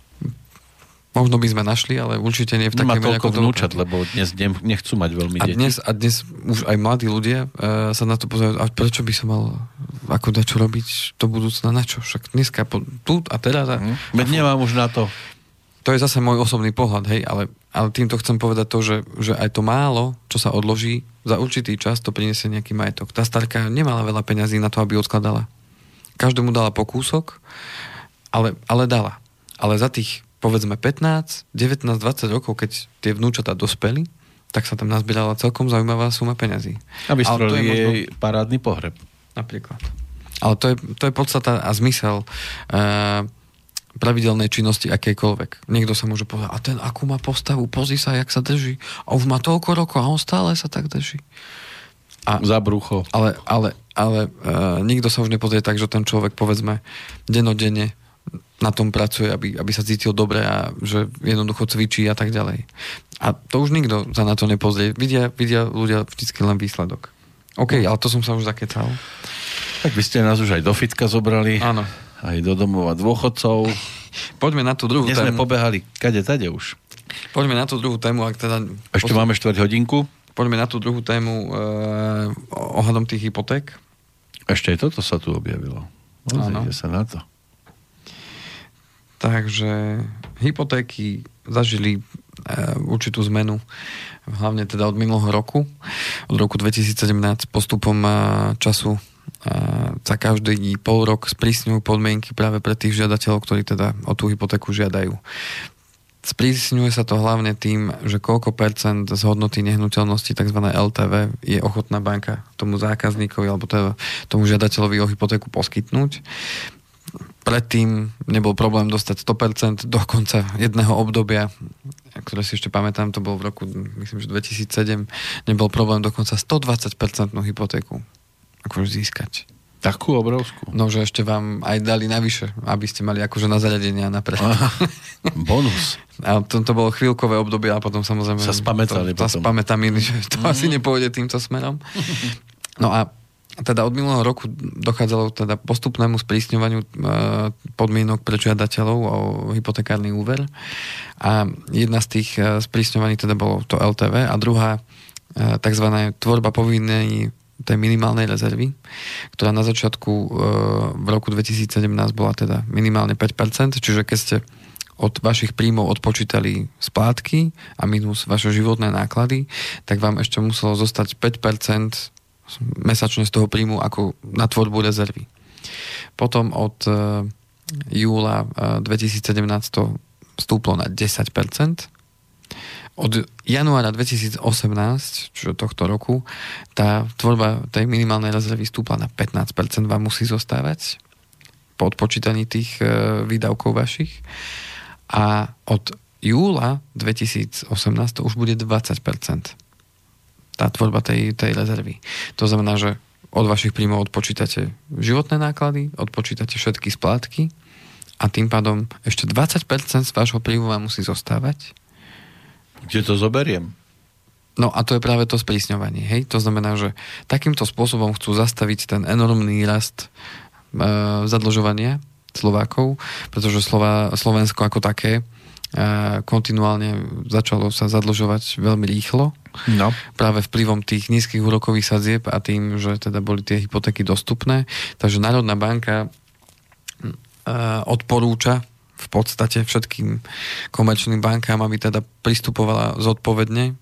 Možno by sme našli, ale určite nie v takej menej ako vnúčat, lebo dnes nechcú mať veľmi deti. A dnes už aj mladí ľudia sa na to pozerajú, a prečo by som mal ako dačo robiť do budúcna, na čo? Však dneska tu a teraz. Veď nemám už na to. To je zase môj osobný pohľad, hej, ale týmto chcem povedať to, že aj to málo, čo sa odloží, za určitý čas to priniesie nejaký majetok. Tá starka nemala veľa peňazí na to, aby odkladala. Každému dala po kúsok, ale dala. Ale za tých povedzme 15, 19, 20 rokov, keď tie vnúčatá dospeli, tak sa tam nazbierala celkom zaujímavá suma peňazí. A vystrojili jej parádny pohreb. Napríklad. Ale to je podstata a zmysel pravidelnej činnosti akejkoľvek. Niekto sa môže povedať, a ten akú má postavu, pozri sa, jak sa drží. A už má toľko rokov a on stále sa tak drží. Za brucho. Ale nikto sa už nepozrie tak, že ten človek, povedzme, dennodenne na tom pracuje, aby sa cítil dobre a že jednoducho cvičí a tak ďalej. A to už nikto sa na to nepozrie. Vidia ľudia vždycky len výsledok. OK, ale to som sa už zakecal. Tak by ste nás už aj do fitka zobrali. Áno. Aj do domova dôchodcov. Poďme na tú druhú tému. Dnes sme pobehali kade tade už. Poďme na tú druhú tému, ak teda... Ešte máme 4 hodinku. Poďme na tú druhú tému ohľadom tých hypoték. Ešte aj toto sa tu objavilo. Pozrite sa na to. Takže hypotéky zažili určitú zmenu, hlavne teda od minulého roku. Od roku 2017 postupom času za každý pol rok sprísňujú podmienky práve pre tých žiadateľov, ktorí teda o tú hypotéku žiadajú. Sprísňuje sa to hlavne tým, že koľko percent z hodnoty nehnuteľnosti, tzv. LTV, je ochotná banka tomu zákazníkovi alebo teda tomu žiadateľovi o hypotéku poskytnúť. Predtým nebol problém dostať 100% do konca jedného obdobia, ktoré si ešte pamätám, to bolo v roku, myslím, že 2007, nebol problém dokonca 120% hypotéku akože získať. Takú obrovskú? No, že ešte vám aj dali navyše, aby ste mali akože na zariadenia napríklad. Bonus. A to bolo chvíľkové obdobie a potom samozrejme... Sa spamätali potom. Že to asi nepôjde týmto smerom. No a teda od minulého roku dochádzalo teda postupnému sprísňovaniu podmienok pre žiadateľov o hypotekárny úver. A jedna z tých sprísňovaní teda bolo to LTV a druhá takzvaná tvorba povinnej tej minimálnej rezervy, ktorá na začiatku v roku 2017 bola teda minimálne 5%, čiže keď ste od vašich príjmov odpočítali splátky a minus vaše životné náklady, tak vám ešte muselo zostať 5% mesačne z toho príjmu ako na tvorbu rezervy. Potom od júla 2017 to stúplo na 10%. Od januára 2018, čiže tohto roku, tá tvorba tej minimálnej rezervy stúpla na 15%, vám musí zostávať po odpočítaní tých výdavkov vašich. A od júla 2018 to už bude 20%. Tá tvorba tej rezervy. To znamená, že od vašich príjmov odpočítate životné náklady, odpočítate všetky splátky a tým pádom ešte 20% z vášho príjmu vám musí zostávať. Kde to zoberiem? No a to je práve to sprísňovanie. Hej? To znamená, že takýmto spôsobom chcú zastaviť ten enormný rast zadlžovania Slovákov, pretože Slovensko ako také kontinuálne začalo sa zadlžovať veľmi rýchlo. No. Práve vplyvom tých nízkych úrokových sadzieb a tým, že teda boli tie hypotéky dostupné. Takže Národná banka odporúča v podstate všetkým komerčným bankám, aby teda pristupovala zodpovedne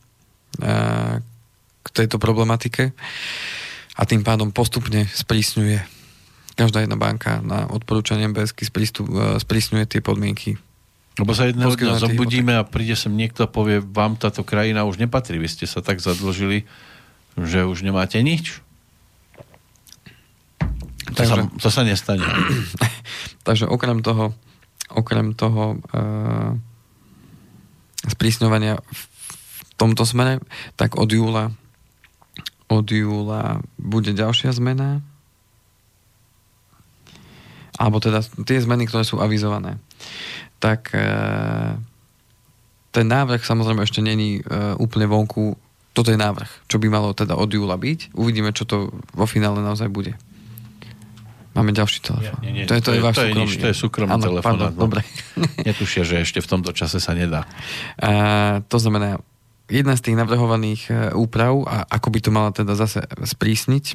k tejto problematike a tým pádom postupne sprísňuje. Každá jedna banka na odporúčanie MBSky sprísňuje tie podmienky. Lebo sa jedného dňa zobudíme a príde sem niekto a povie, vám táto krajina už nepatrí, vy ste sa tak zadlžili, že už nemáte nič. To sa nestane. Takže okrem toho sprísňovania v tomto smere, tak od júla bude ďalšia zmena. Alebo teda tie zmeny, ktoré sú avizované. Tak ten návrh samozrejme ešte není úplne vonku. Toto je návrh, čo by malo teda od júla byť. Uvidíme, čo to vo finále naozaj bude. Máme ďalší telefón. Nie, to je váš súkromný. To je súkromný telefón. Dobre. Netušia, že ešte v tomto čase sa nedá. To znamená, jedna z tých navrhovaných úprav, a ako by to mala teda zase sprísniť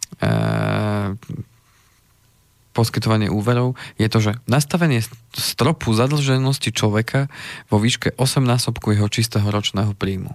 poskytovanie úverov, je to, že nastavenie stropu zadlženosti človeka vo výške 8-násobku jeho čistého ročného príjmu.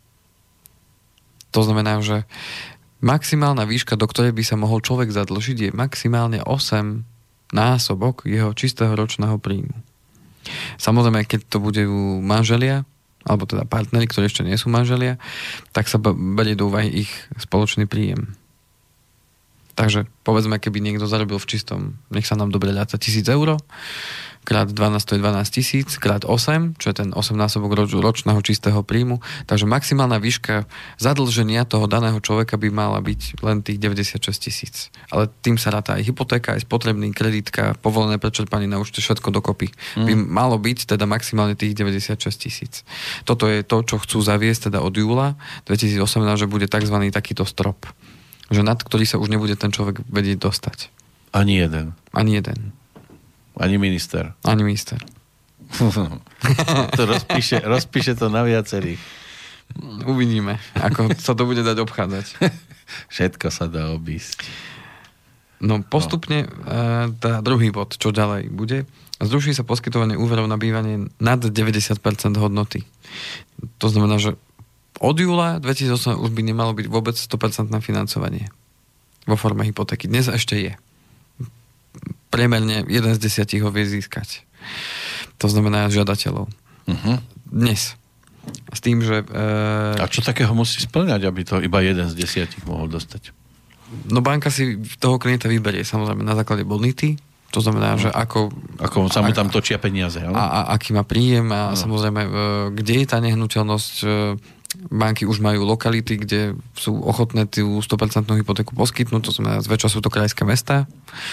To znamená, že maximálna výška, do ktorej by sa mohol človek zadlžiť, je maximálne 8 násobok jeho čistého ročného príjmu. Samozrejme, keď to budú manželia, alebo teda partneri, ktorí ešte nie sú manželia, tak sa berie do úvahy ich spoločný príjem. Takže povedzme, keby niekto zarobil v čistom, nech sa nám dobre ľáca 1,000 eur, krát 12 to je 12 000, krát 8, čo je ten 8-násobok ročného čistého príjmu. Takže maximálna výška zadlženia toho daného človeka by mala byť len tých 96 000. Ale tým sa ráta aj hypotéka, aj spotrebný kreditka, povolené prečerpanie na účte, všetko dokopy. By malo byť teda maximálne tých 96 000. Toto je to, čo chcú zaviesť teda od júla 2018, že bude tzv. Takýto strop. Že nad ktorý sa už nebude ten človek vedieť dostať. Ani jeden. Ani jeden. Ani minister. Ani minister. To rozpíše to na viacerých. Uvidíme, ako sa to bude dať obchádzať. Všetko sa dá obísť. No postupne tá druhý bod, čo ďalej bude, zruší sa poskytovanie úverov na bývanie nad 90% hodnoty. To znamená, že od júla 2008 už by nemalo byť vôbec 100% financovanie vo forme hypotéky. Dnes ešte je. Priemerne 1 z 10 ho vie získať. To znamená žiadateľov. Uh-huh. Dnes. S tým, že... A čo takého musí spĺňať, aby to iba 1 z 10 mohol dostať? No banka si toho klienta vyberie samozrejme na základe bonity. To znamená, že ako sa mu tam točia peniaze. A aký má príjem a samozrejme, kde je tá nehnuteľnosť. Banky už majú lokality, kde sú ochotné tú 100% hypotéku poskytnúť, to znamená, zväčša sú to krajské mestá.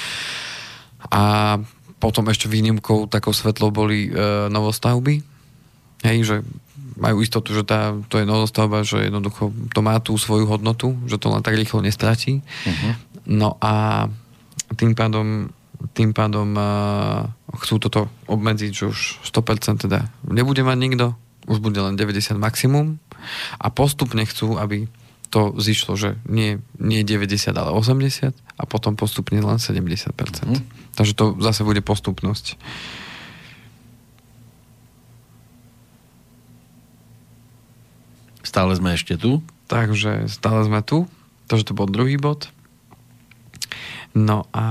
A potom ešte výnimkou takou svetlou boli novostavby. Hej, že majú istotu, že to je novostavba, že jednoducho to má tú svoju hodnotu, že to len tak rýchlo nestratí. Uh-huh. No a tým pádom chcú toto obmedziť, že už 100% teda nebude mať nikto, už bude len 90 maximum a postupne chcú, aby to zišlo, že nie 90, ale 80 a potom postupne len 70%. Mm. Takže to zase bude postupnosť. Stále sme ešte tu? Takže stále sme tu. Takže to bol druhý bod. No a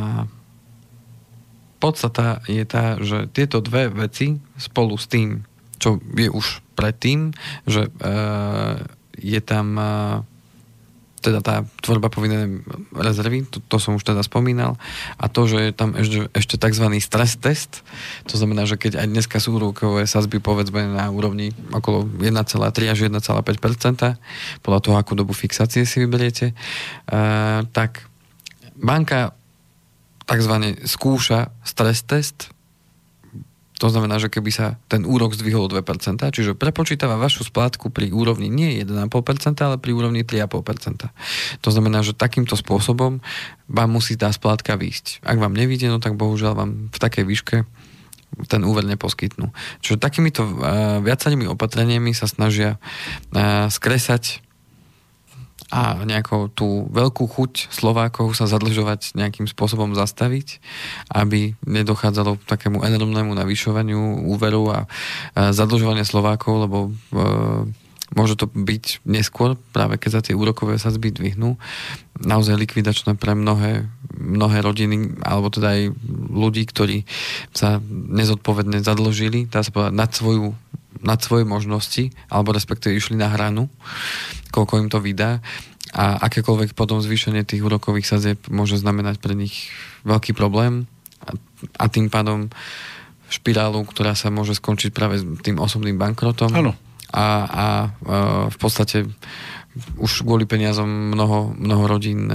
podstata je tá, že tieto dve veci spolu s tým, čo je už predtým, že je tam teda tá tvorba povinnej rezervy, to som už teda spomínal, a to, že je tam ešte tzv. Stres test, to znamená, že keď aj dneska sú úrokové sadzby povedzme na úrovni okolo 1,3 až 1,5%, podľa toho, akú dobu fixácie si vyberiete, tak banka takzvané skúša stres test. To znamená, že keby sa ten úrok zdvihol o 2%, čiže prepočítava vašu splátku pri úrovni nie 1,5%, ale pri úrovni 3,5%. To znamená, že takýmto spôsobom vám musí tá splátka výjsť. Ak vám nevíde, no tak bohužiaľ vám v takej výške ten úver neposkytnú. Čiže takýmito viacerými opatreniami sa snažia skresať a nejakou tú veľkú chuť Slovákov sa zadlžovať nejakým spôsobom zastaviť, aby nedochádzalo k takému enormnému navyšovaniu úveru a zadlžovania Slovákov, lebo môže to byť neskôr, práve keď sa tie úrokové sadzby dvihnú, naozaj likvidačné pre mnohé rodiny, alebo teda aj ľudí, ktorí sa nezodpovedne zadlžili, dá sa povedať, nad svoje možnosti, alebo respektíve išli na hranu, koľko im to vydá, a akékoľvek potom zvýšenie tých úrokových sadzieb môže znamenať pre nich veľký problém a tým pádom špirálu, ktorá sa môže skončiť práve tým osobným bankrotom. Áno. A v podstate už kvôli peniazom mnoho rodín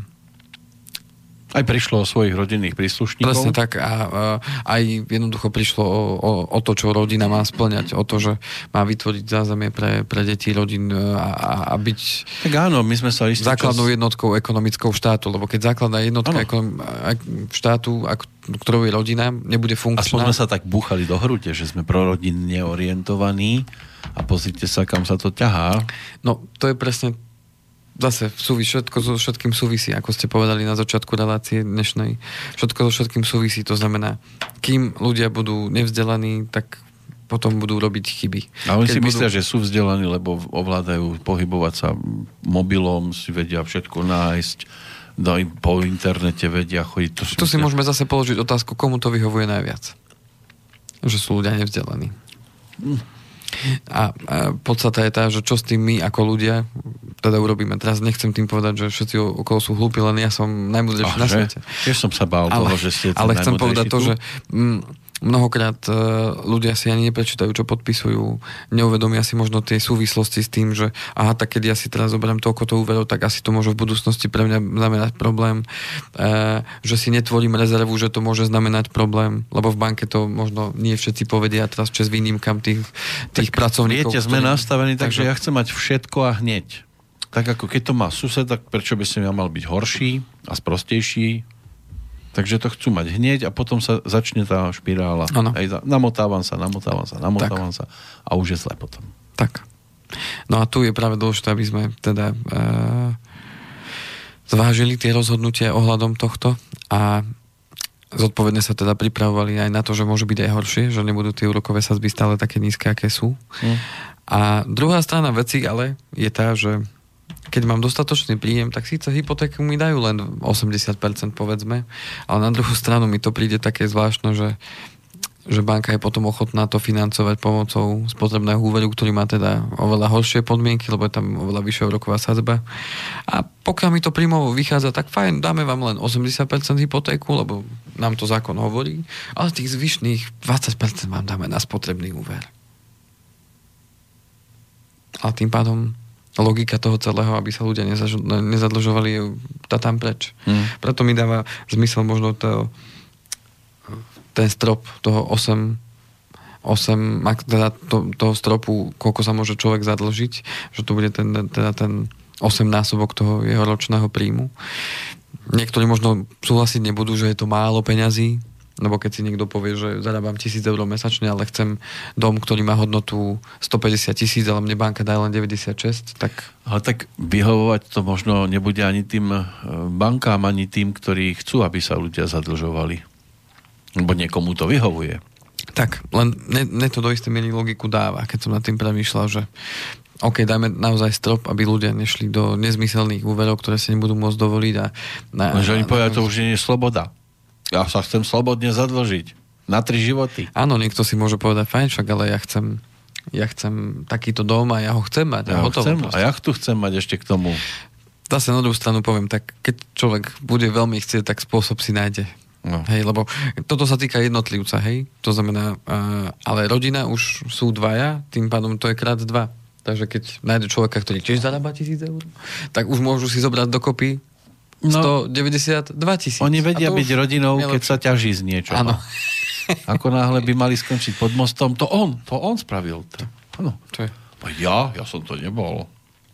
aj prišlo o svojich rodinných príslušníkov. Presne tak a aj jednoducho prišlo o to, čo rodina má spĺňať, o to, že má vytvoriť zázemie pre deti, rodín a byť tak áno, my sme sa základnou jednotkou ekonomickou štátu, lebo keď základná jednotka štátu, ktorou je rodina, nebude funkčná. Aspoň sme sa tak búchali do hrute, že sme prorodinne orientovaní a pozrite sa, kam sa to ťahá. No, to je presne zase všetko so všetkým súvisí, ako ste povedali na začiatku relácie dnešnej. Všetko so všetkým súvisí, to znamená, kým ľudia budú nevzdelaní, tak potom budú robiť chyby. A oni si myslia, že sú vzdelaní, lebo ovládajú pohybovať sa mobilom, si vedia všetko nájsť, po internete vedia chodiť. Tu si môžeme zase položiť otázku, komu to vyhovuje najviac. Že sú ľudia nevzdelaní. A podstata je tá, že čo s tým my ako ľudia teda urobíme. Teraz nechcem tým povedať, že všetci okolo sú hlúpi, len ja som najmúdrejší na svete. Tiež som sa bál toho, že ste ale chcem povedať to, že mnohokrát ľudia si ani neprečítajú, čo podpisujú, neuvedomia si možno tie súvislosti s tým, že aha, tak keď ja si teraz zoberiem toľko úverov, tak asi to môže v budúcnosti pre mňa znamenať problém, že si netvorím rezervu, že to môže znamenať problém, lebo v banke to možno nie všetci povedia, teraz čas výnimkám tých pracovníkov. Viete, sme nastavení, takže ja chcem mať všetko a hneď. Tak ako keď to má sused, tak prečo by som ja mal byť horší a sprostejší? Takže to chcú mať hneď a potom sa začne tá špirála. Namotávam sa a už je zle potom. Tak. No a tu je práve dôležité, aby sme teda zvážili tie rozhodnutia ohľadom tohto a zodpovedne sa teda pripravovali aj na to, že môže byť aj horšie, že nebudú tie úrokové sadzby stále také nízke, aké sú. A druhá strana veci ale je tá, že keď mám dostatočný príjem, tak síce hypotéku mi dajú len 80%, povedzme, ale na druhú stranu mi to príde také zvláštne, že banka je potom ochotná to financovať pomocou spotrebného úveru, ktorý má teda oveľa horšie podmienky, lebo je tam oveľa vyššia úroková sadzba. A pokiaľ mi to príjmovo vychádza, tak fajn, dáme vám len 80% hypotéku, lebo nám to zákon hovorí, ale tých zvyšných 20% vám dáme na spotrebný úver. A tým pádom logika toho celého, aby sa ľudia nezadlžovali, tá tam preč. Preto mi dáva zmysel možno ten strop toho 8 teda toho stropu, koľko sa môže človek zadlžiť, že to bude ten 8-násobok toho jeho ročného príjmu. Niektorí možno súhlasiť nebudú, že je to málo peňazí, lebo keď si niekto povie, že zarábam 1,000 eur mesačne, ale chcem dom, ktorý má hodnotu 150,000, ale mne banka dá len 96, tak... Ale tak vyhovovať to možno nebude ani tým bankám, ani tým, ktorí chcú, aby sa ľudia zadlžovali. Lebo niekomu to vyhovuje. Tak, len ne to do istej miery logiku dáva, keď som nad tým premýšľal, že OK, dajme naozaj strop, aby ľudia nešli do nezmyselných úverov, ktoré si nebudú môcť dovoliť. Že oni povedia, to už nie je sloboda. Ja sa chcem slobodne zadlžiť. Na 3 životy. Áno, niekto si môže povedať, fajn, však, ale ja chcem takýto dom a ja ho chcem mať. A ja tu chcem mať ešte k tomu. Zase na druhú stranu poviem, tak keď človek bude veľmi chcieť, tak spôsob si nájde. No. Hej, lebo toto sa týka jednotlivca, hej. To znamená, ale rodina už sú dvaja, tým pádom to je krát 2. Takže keď nájde človeka, ktorý tiež zarába 1,000 eur, tak už môžu si zobrať dokopy 192 000. Oni vedia byť rodinou, keď sa ťaží z niečoho. Áno. Ako náhle by mali skončiť pod mostom, to on spravil. Áno. Čo je? Ja som to nebol.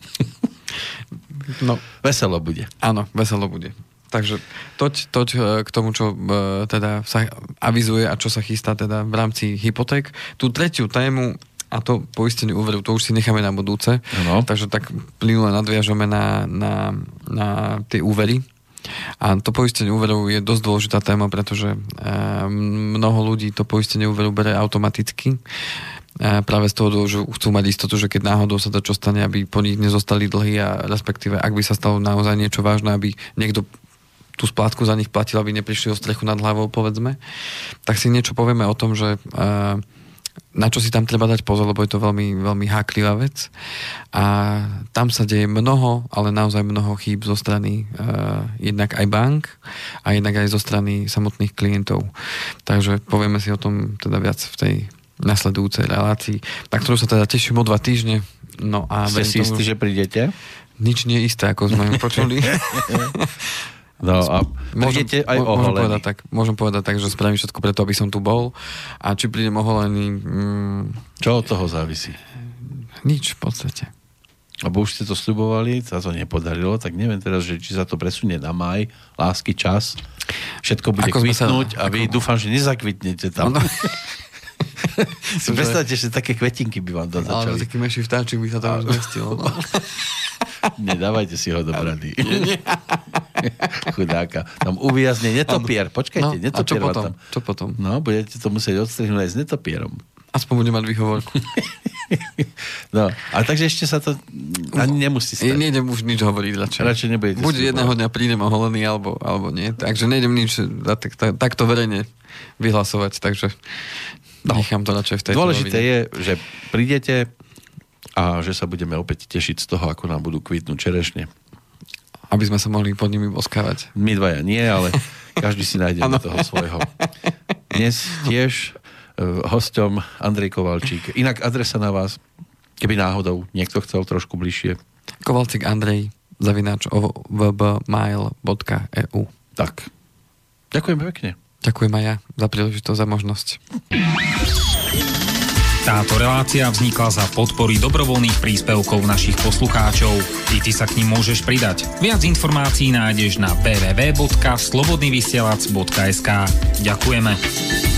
No. Veselo bude. Áno, veselo bude. Takže toť k tomu, čo teda sa avizuje a čo sa chystá teda v rámci hypoték. Tú tretiu tému, a to poistenie úveru, to už si necháme na budúce. Ano. Takže tak plynule nadviažeme na tie úvery. A to poistenie úverov je dosť dôležitá téma, pretože mnoho ľudí to poistenie úveru bere automaticky. Práve z toho, že chcú mať istotu, že keď náhodou sa to čo stane, aby po nich nezostali dlhy a respektíve, ak by sa stalo naozaj niečo vážne, aby niekto tú splátku za nich platil, aby neprišli o strechu nad hlavou, povedzme, tak si niečo povieme o tom, že na čo si tam treba dať pozor, lebo je to veľmi, veľmi háklivá vec. A tam sa deje mnoho, ale naozaj mnoho chýb zo strany jednak aj bank a jednak aj zo strany samotných klientov. Takže povieme si o tom teda viac v tej nasledujúcej relácii, na ktorú sa teda teším o 2 týždne. No a ste si istí, že prídete? Nič nie je isté, ako sme počuli. No a prídete aj oholený. Môžem povedať tak, že spravím všetko preto, aby som tu bol. A či prídem oholený... Čo od toho závisí? Nič v podstate. Lebo už ste to sľubovali, sa to nepodarilo, tak neviem teraz, že či sa to presunie na maj, lásky, čas. Všetko bude kvitnúť a vy dúfam, že nezakvitnete tam. No. Si predstavte, že také kvetinky by vám to začali. Ale taký menší vtáčik by sa tam zmestil. No. Nedávajte si ho do brady. Chudáka. Tam uviazne netopier. Počkajte, netopier. A čo potom? No, budete to musieť odstrihnúť aj s netopierom. Aspoň bude mať výhovorku. No, ale takže ešte sa to ani nemusí stať. Nejdem už nič hovoriť radšej. Radšej nebudete. Buď jedného dňa prídem oholený, alebo nie. Takže nejdem nič takto verejne vyhlasovať, takže nechám to radšej v tejto dôležité rovine. Je, že prídete a že sa budeme opäť tešiť z toho, ako nám budú kvitnúť čerešne. Aby sme sa mohli pod nimi boskávať. My dvaja nie, ale každý si nájde toho svojho. Dnes tiež hosťom Andrej Kovalčík. Inak adresa na vás, keby náhodou niekto chcel trošku bližšie. Kovalčík Andrej @vbmail.eu. Tak. Ďakujem pekne. Ďakujem aj ja za príležitosť, za možnosť. Táto relácia vznikla za podpory dobrovoľných príspevkov našich poslucháčov. I ty sa k nim môžeš pridať. Viac informácií nájdeš na www.slobodnyvysielac.sk. Ďakujeme.